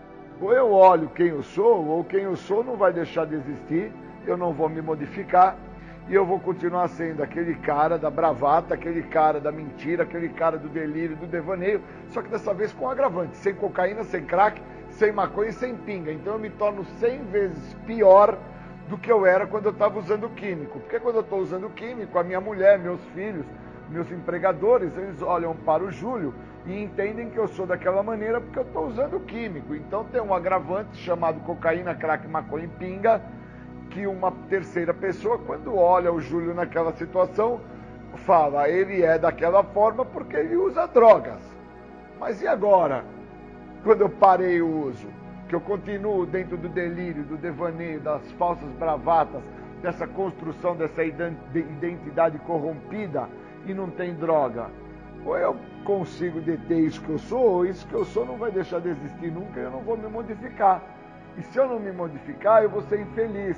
Ou eu olho quem eu sou, ou quem eu sou não vai deixar de existir, eu não vou me modificar, e eu vou continuar sendo aquele cara da bravata, aquele cara da mentira, aquele cara do delírio, do devaneio, só que dessa vez com agravante, sem cocaína, sem crack, sem maconha e sem pinga. Então eu me torno cem vezes pior do que eu era quando eu estava usando químico. Porque quando eu estou usando químico, a minha mulher, meus filhos, meus empregadores, eles olham para o Júlio e entendem que eu sou daquela maneira porque eu estou usando químico. Então tem um agravante chamado cocaína, crack, maconha e pinga, que uma terceira pessoa, quando olha o Júlio naquela situação, fala, ele é daquela forma porque ele usa drogas. Mas e agora? Quando eu parei o uso, que eu continuo dentro do delírio, do devaneio, das falsas bravatas, dessa construção, dessa identidade corrompida e não tem droga. Ou eu consigo deter isso que eu sou, ou isso que eu sou não vai deixar de existir nunca e eu não vou me modificar. E se eu não me modificar, eu vou ser infeliz.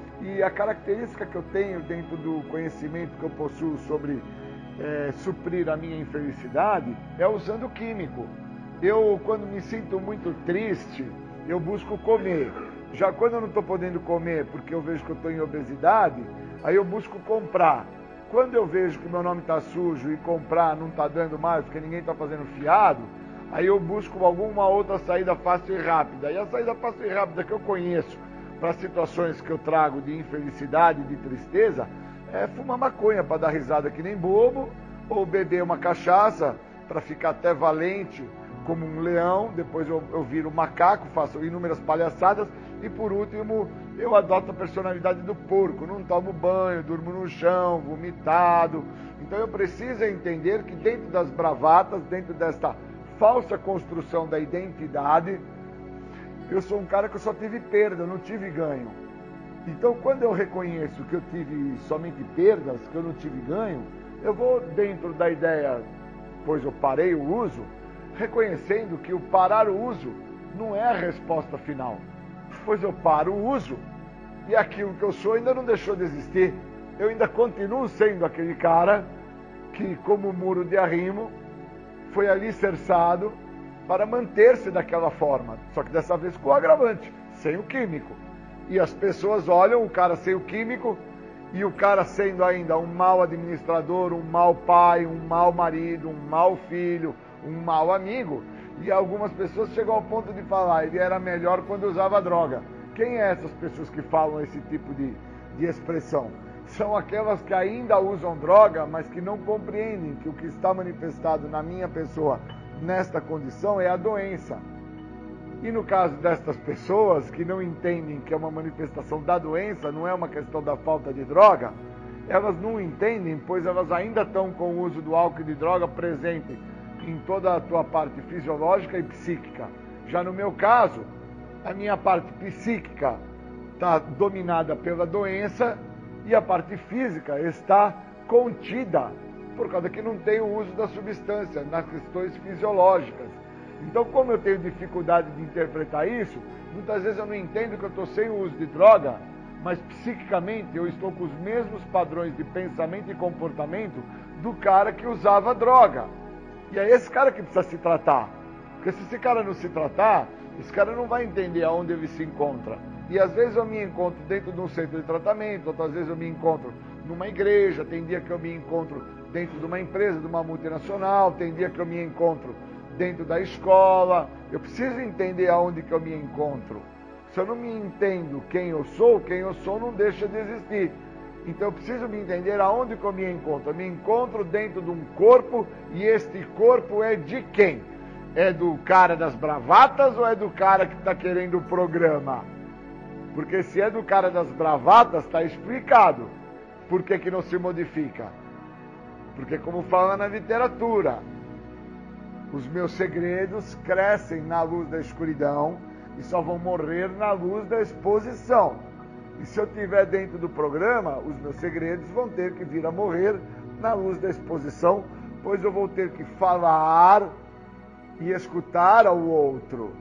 E a característica que eu tenho dentro do conhecimento que eu possuo sobre é, suprir a minha infelicidade é usando químico. Eu, quando me sinto muito triste, eu busco comer. Já quando eu não estou podendo comer porque eu vejo que eu estou em obesidade, aí eu busco comprar. Quando eu vejo que meu nome está sujo e comprar não está dando mais porque ninguém está fazendo fiado, aí eu busco alguma outra saída fácil e rápida. E a saída fácil e rápida que eu conheço para situações que eu trago de infelicidade, de tristeza, é fumar maconha para dar risada que nem bobo, ou beber uma cachaça para ficar até valente como um leão, depois eu, eu viro macaco, faço inúmeras palhaçadas, e por último eu adoto a personalidade do porco, não tomo banho, durmo no chão, vomitado. Então eu preciso entender que dentro das bravatas, dentro desta falsa construção da identidade, eu sou um cara que eu só tive perda, eu não tive ganho. Então quando eu reconheço que eu tive somente perdas, que eu não tive ganho, eu vou dentro da ideia, pois eu parei o uso, reconhecendo que o parar o uso não é a resposta final. Pois eu paro o uso e aquilo que eu sou ainda não deixou de existir. Eu ainda continuo sendo aquele cara que, como muro de arrimo, foi alicerçado para manter-se daquela forma. Só que dessa vez com o agravante, sem o químico. E as pessoas olham o cara sem o químico e o cara sendo ainda um mau administrador, um mau pai, um mau marido, um mau filho, um mau amigo. E algumas pessoas chegam ao ponto de falar, ele era melhor quando usava droga. Quem é essas pessoas que falam esse tipo de, de expressão? São aquelas que ainda usam droga, mas que não compreendem que o que está manifestado na minha pessoa nesta condição é a doença. E no caso destas pessoas que não entendem que é uma manifestação da doença, não é uma questão da falta de droga, elas não entendem, pois elas ainda estão com o uso do álcool e de droga presente em toda a tua parte fisiológica e psíquica. Já no meu caso, a minha parte psíquica está dominada pela doença e a parte física está contida, por causa que não tem o uso da substância nas questões fisiológicas. Então, como eu tenho dificuldade de interpretar isso, muitas vezes eu não entendo que eu estou sem o uso de droga, mas psiquicamente eu estou com os mesmos padrões de pensamento e comportamento do cara que usava droga. E é esse cara que precisa se tratar. Porque se esse cara não se tratar, esse cara não vai entender aonde ele se encontra. E às vezes eu me encontro dentro de um centro de tratamento, outras vezes eu me encontro numa igreja, tem dia que eu me encontro dentro de uma empresa, de uma multinacional, tem dia que eu me encontro dentro da escola. Eu preciso entender aonde que eu me encontro. Se eu não me entendo quem eu sou, quem eu sou não deixa de existir. Então eu preciso me entender aonde que eu me encontro. Eu me encontro dentro de um corpo e este corpo é de quem? É do cara das bravatas ou é do cara que está querendo o programa? Porque se é do cara das bravatas, está explicado. Por que que não se modifica? Porque como fala na literatura, os meus segredos crescem na luz da escuridão e só vão morrer na luz da exposição. E se eu estiver dentro do programa, os meus segredos vão ter que vir a morrer na luz da exposição, pois eu vou ter que falar e escutar ao outro.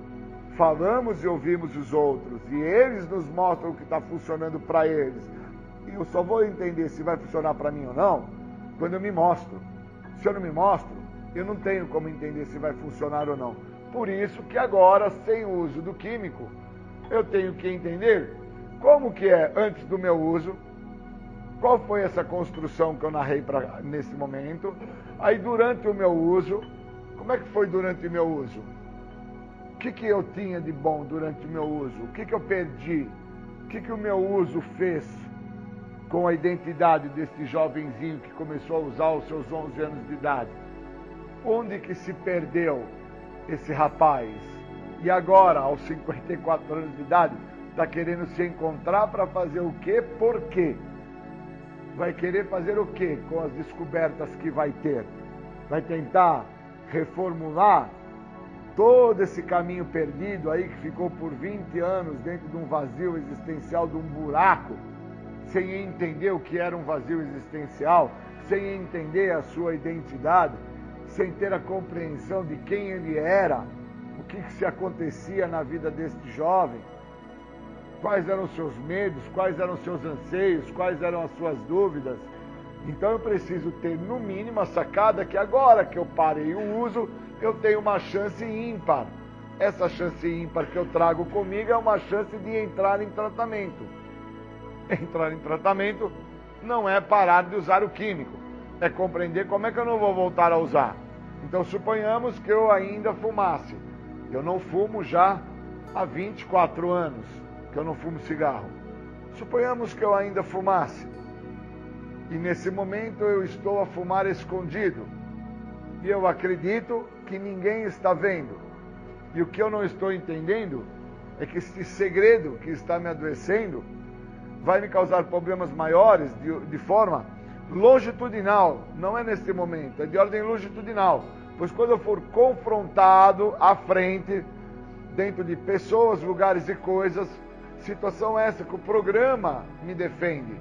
Falamos e ouvimos os outros, e eles nos mostram o que está funcionando para eles. E eu só vou entender se vai funcionar para mim ou não quando eu me mostro. Se eu não me mostro, eu não tenho como entender se vai funcionar ou não. Por isso que agora, sem o uso do químico, eu tenho que entender como que é antes do meu uso, qual foi essa construção que eu narrei pra, nesse momento, aí durante o meu uso, como é que foi durante o meu uso? O que que eu tinha de bom durante o meu uso? O que que eu perdi? O que que o meu uso fez com a identidade desse jovenzinho que começou a usar aos seus onze anos de idade? Onde que se perdeu esse rapaz? E agora, aos cinquenta e quatro anos de idade, está querendo se encontrar para fazer o quê? Por quê? Vai querer fazer o quê com as descobertas que vai ter? Vai tentar reformular todo esse caminho perdido aí que ficou por vinte anos dentro de um vazio existencial, de um buraco, sem entender o que era um vazio existencial, sem entender a sua identidade, sem ter a compreensão de quem ele era, o que, que se acontecia na vida deste jovem, quais eram os seus medos, quais eram os seus anseios, quais eram as suas dúvidas. Então eu preciso ter, no mínimo, a sacada que agora que eu parei o uso, eu tenho uma chance ímpar. Essa chance ímpar que eu trago comigo é uma chance de entrar em tratamento. Entrar em tratamento não é parar de usar o químico, é compreender como é que eu não vou voltar a usar. Então suponhamos que eu ainda fumasse. Eu não fumo já há vinte e quatro anos, que eu não fumo cigarro. Suponhamos que eu ainda fumasse. E nesse momento eu estou a fumar escondido. E eu acredito que ninguém está vendo. E o que eu não estou entendendo é que esse segredo que está me adoecendo vai me causar problemas maiores de, de forma longitudinal. Não é neste momento, é de ordem longitudinal. Pois quando eu for confrontado à frente, dentro de pessoas, lugares e coisas, situação essa que o programa me defende.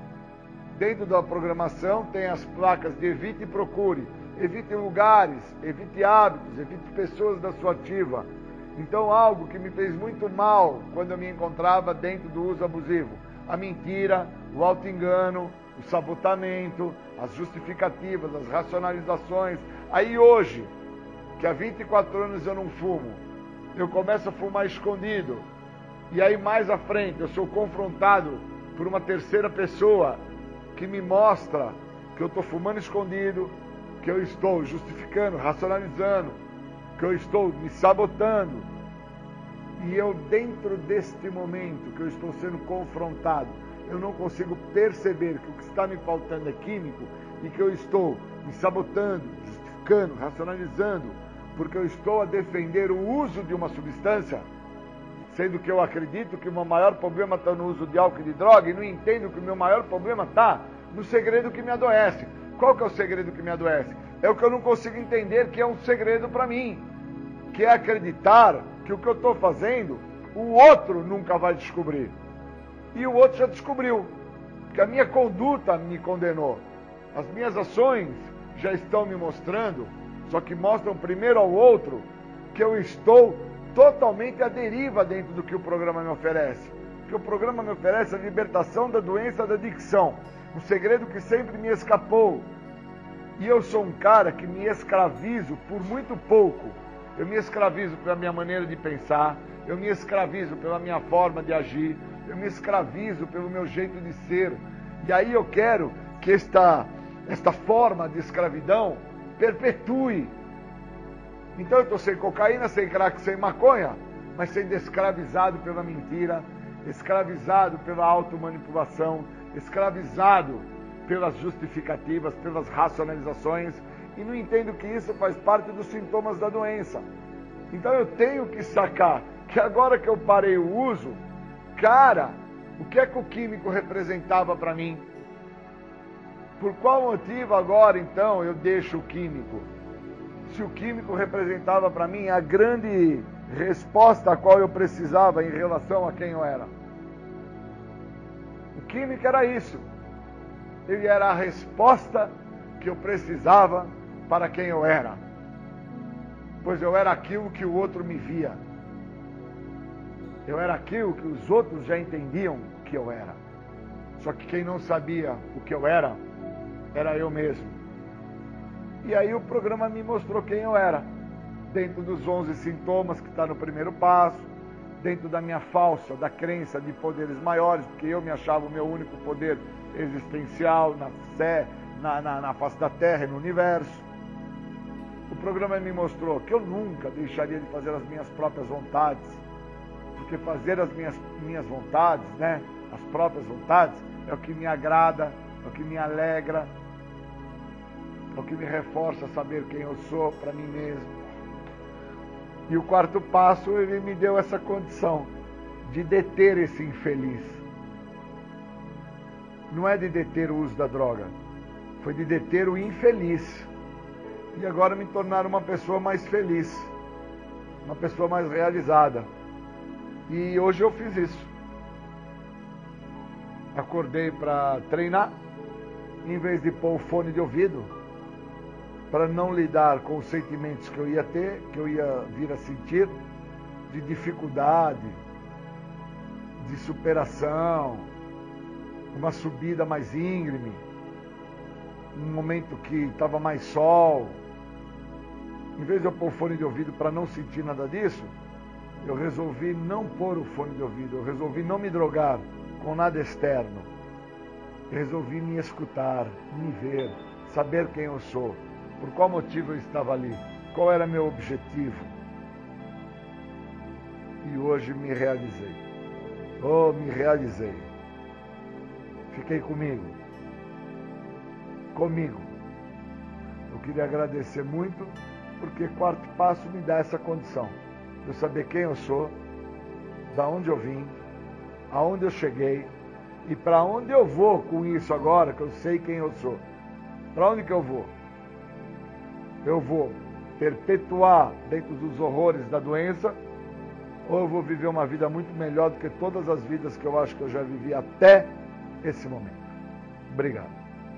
Dentro da programação tem as placas de evite e procure. Evite lugares, evite hábitos, evite pessoas da sua ativa. Então algo que me fez muito mal quando eu me encontrava dentro do uso abusivo. A mentira, o auto-engano, o sabotamento, as justificativas, as racionalizações. Aí hoje, que há vinte e quatro anos eu não fumo, eu começo a fumar escondido. E aí mais à frente eu sou confrontado por uma terceira pessoa que me mostra que eu estou fumando escondido, que eu estou justificando, racionalizando, que eu estou me sabotando. E eu, dentro deste momento que eu estou sendo confrontado, eu não consigo perceber que o que está me faltando é químico e que eu estou me sabotando, justificando, racionalizando, porque eu estou a defender o uso de uma substância, sendo que eu acredito que o meu maior problema está no uso de álcool e de droga, e não entendo que o meu maior problema está no segredo que me adoece. Qual que é o segredo que me adoece? É o que eu não consigo entender, que é um segredo para mim, que é acreditar que o que eu estou fazendo, o outro nunca vai descobrir. E o outro já descobriu, que a minha conduta me condenou. As minhas ações já estão me mostrando, só que mostram primeiro ao outro que eu estou totalmente à deriva dentro do que o programa me oferece. Porque o programa me oferece a libertação da doença da adicção, um segredo que sempre me escapou. E eu sou um cara que me escravizo por muito pouco. Eu me escravizo pela minha maneira de pensar, eu me escravizo pela minha forma de agir, eu me escravizo pelo meu jeito de ser. E aí eu quero que esta, esta forma de escravidão perpetue. Então eu estou sem cocaína, sem crack, sem maconha, mas sendo escravizado pela mentira, escravizado pela automanipulação, escravizado pelas justificativas, pelas racionalizações, e não entendo que isso faz parte dos sintomas da doença. Então eu tenho que sacar que agora que eu parei o uso, cara, o que é que o químico representava para mim? Por qual motivo agora então eu deixo o químico? Se o químico representava para mim a grande resposta a qual eu precisava em relação a quem eu era. O químico era isso. Ele era a resposta que eu precisava para quem eu era. Pois eu era aquilo que o outro me via. Eu era aquilo que os outros já entendiam que eu era. Só que quem não sabia o que eu era, era eu mesmo. E aí o programa me mostrou quem eu era. Dentro dos onze sintomas que está no primeiro passo, dentro da minha falsa, da crença de poderes maiores, porque eu me achava o meu único poder existencial na fé, na, na, na face da Terra e no universo. O programa me mostrou que eu nunca deixaria de fazer as minhas próprias vontades, porque fazer as minhas, minhas vontades, né, as próprias vontades, é o que me agrada, é o que me alegra, é o que me reforça saber quem eu sou para mim mesmo. E o quarto passo, ele me deu essa condição de deter esse infeliz. Não é de deter o uso da droga, foi de deter o infeliz. E agora me tornar uma pessoa mais feliz, uma pessoa mais realizada. E hoje eu fiz isso. Acordei para treinar, em vez de pôr o fone de ouvido, para não lidar com os sentimentos que eu ia ter, que eu ia vir a sentir, de dificuldade, de superação, uma subida mais íngreme, um momento que estava mais sol. Em vez de eu pôr o fone de ouvido para não sentir nada disso, eu resolvi não pôr o fone de ouvido, eu resolvi não me drogar com nada externo. Eu resolvi me escutar, me ver, saber quem eu sou, por qual motivo eu estava ali, qual era meu objetivo. E hoje me realizei. Oh, me realizei. Fiquei comigo. comigo. Eu queria agradecer muito, porque Quarto Passo me dá essa condição. De eu saber quem eu sou, da onde eu vim, aonde eu cheguei e para onde eu vou com isso agora, que eu sei quem eu sou. Para onde que eu vou? Eu vou perpetuar dentro dos horrores da doença, ou eu vou viver uma vida muito melhor do que todas as vidas que eu acho que eu já vivi até esse momento. Obrigado.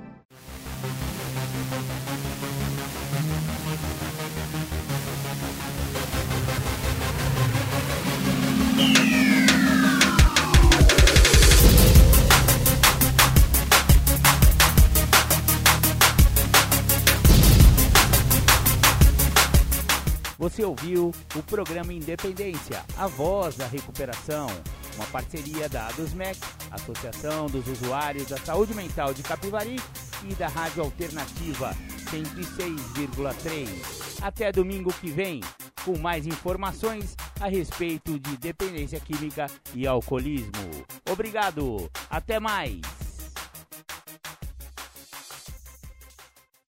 Você ouviu o programa Independência, a voz da recuperação, uma parceria da ADUSMEC, Associação dos Usuários da Saúde Mental de Capivari, e da Rádio Alternativa cento e seis vírgula três. Até domingo que vem, com mais informações a respeito de dependência química e alcoolismo. Obrigado, até mais!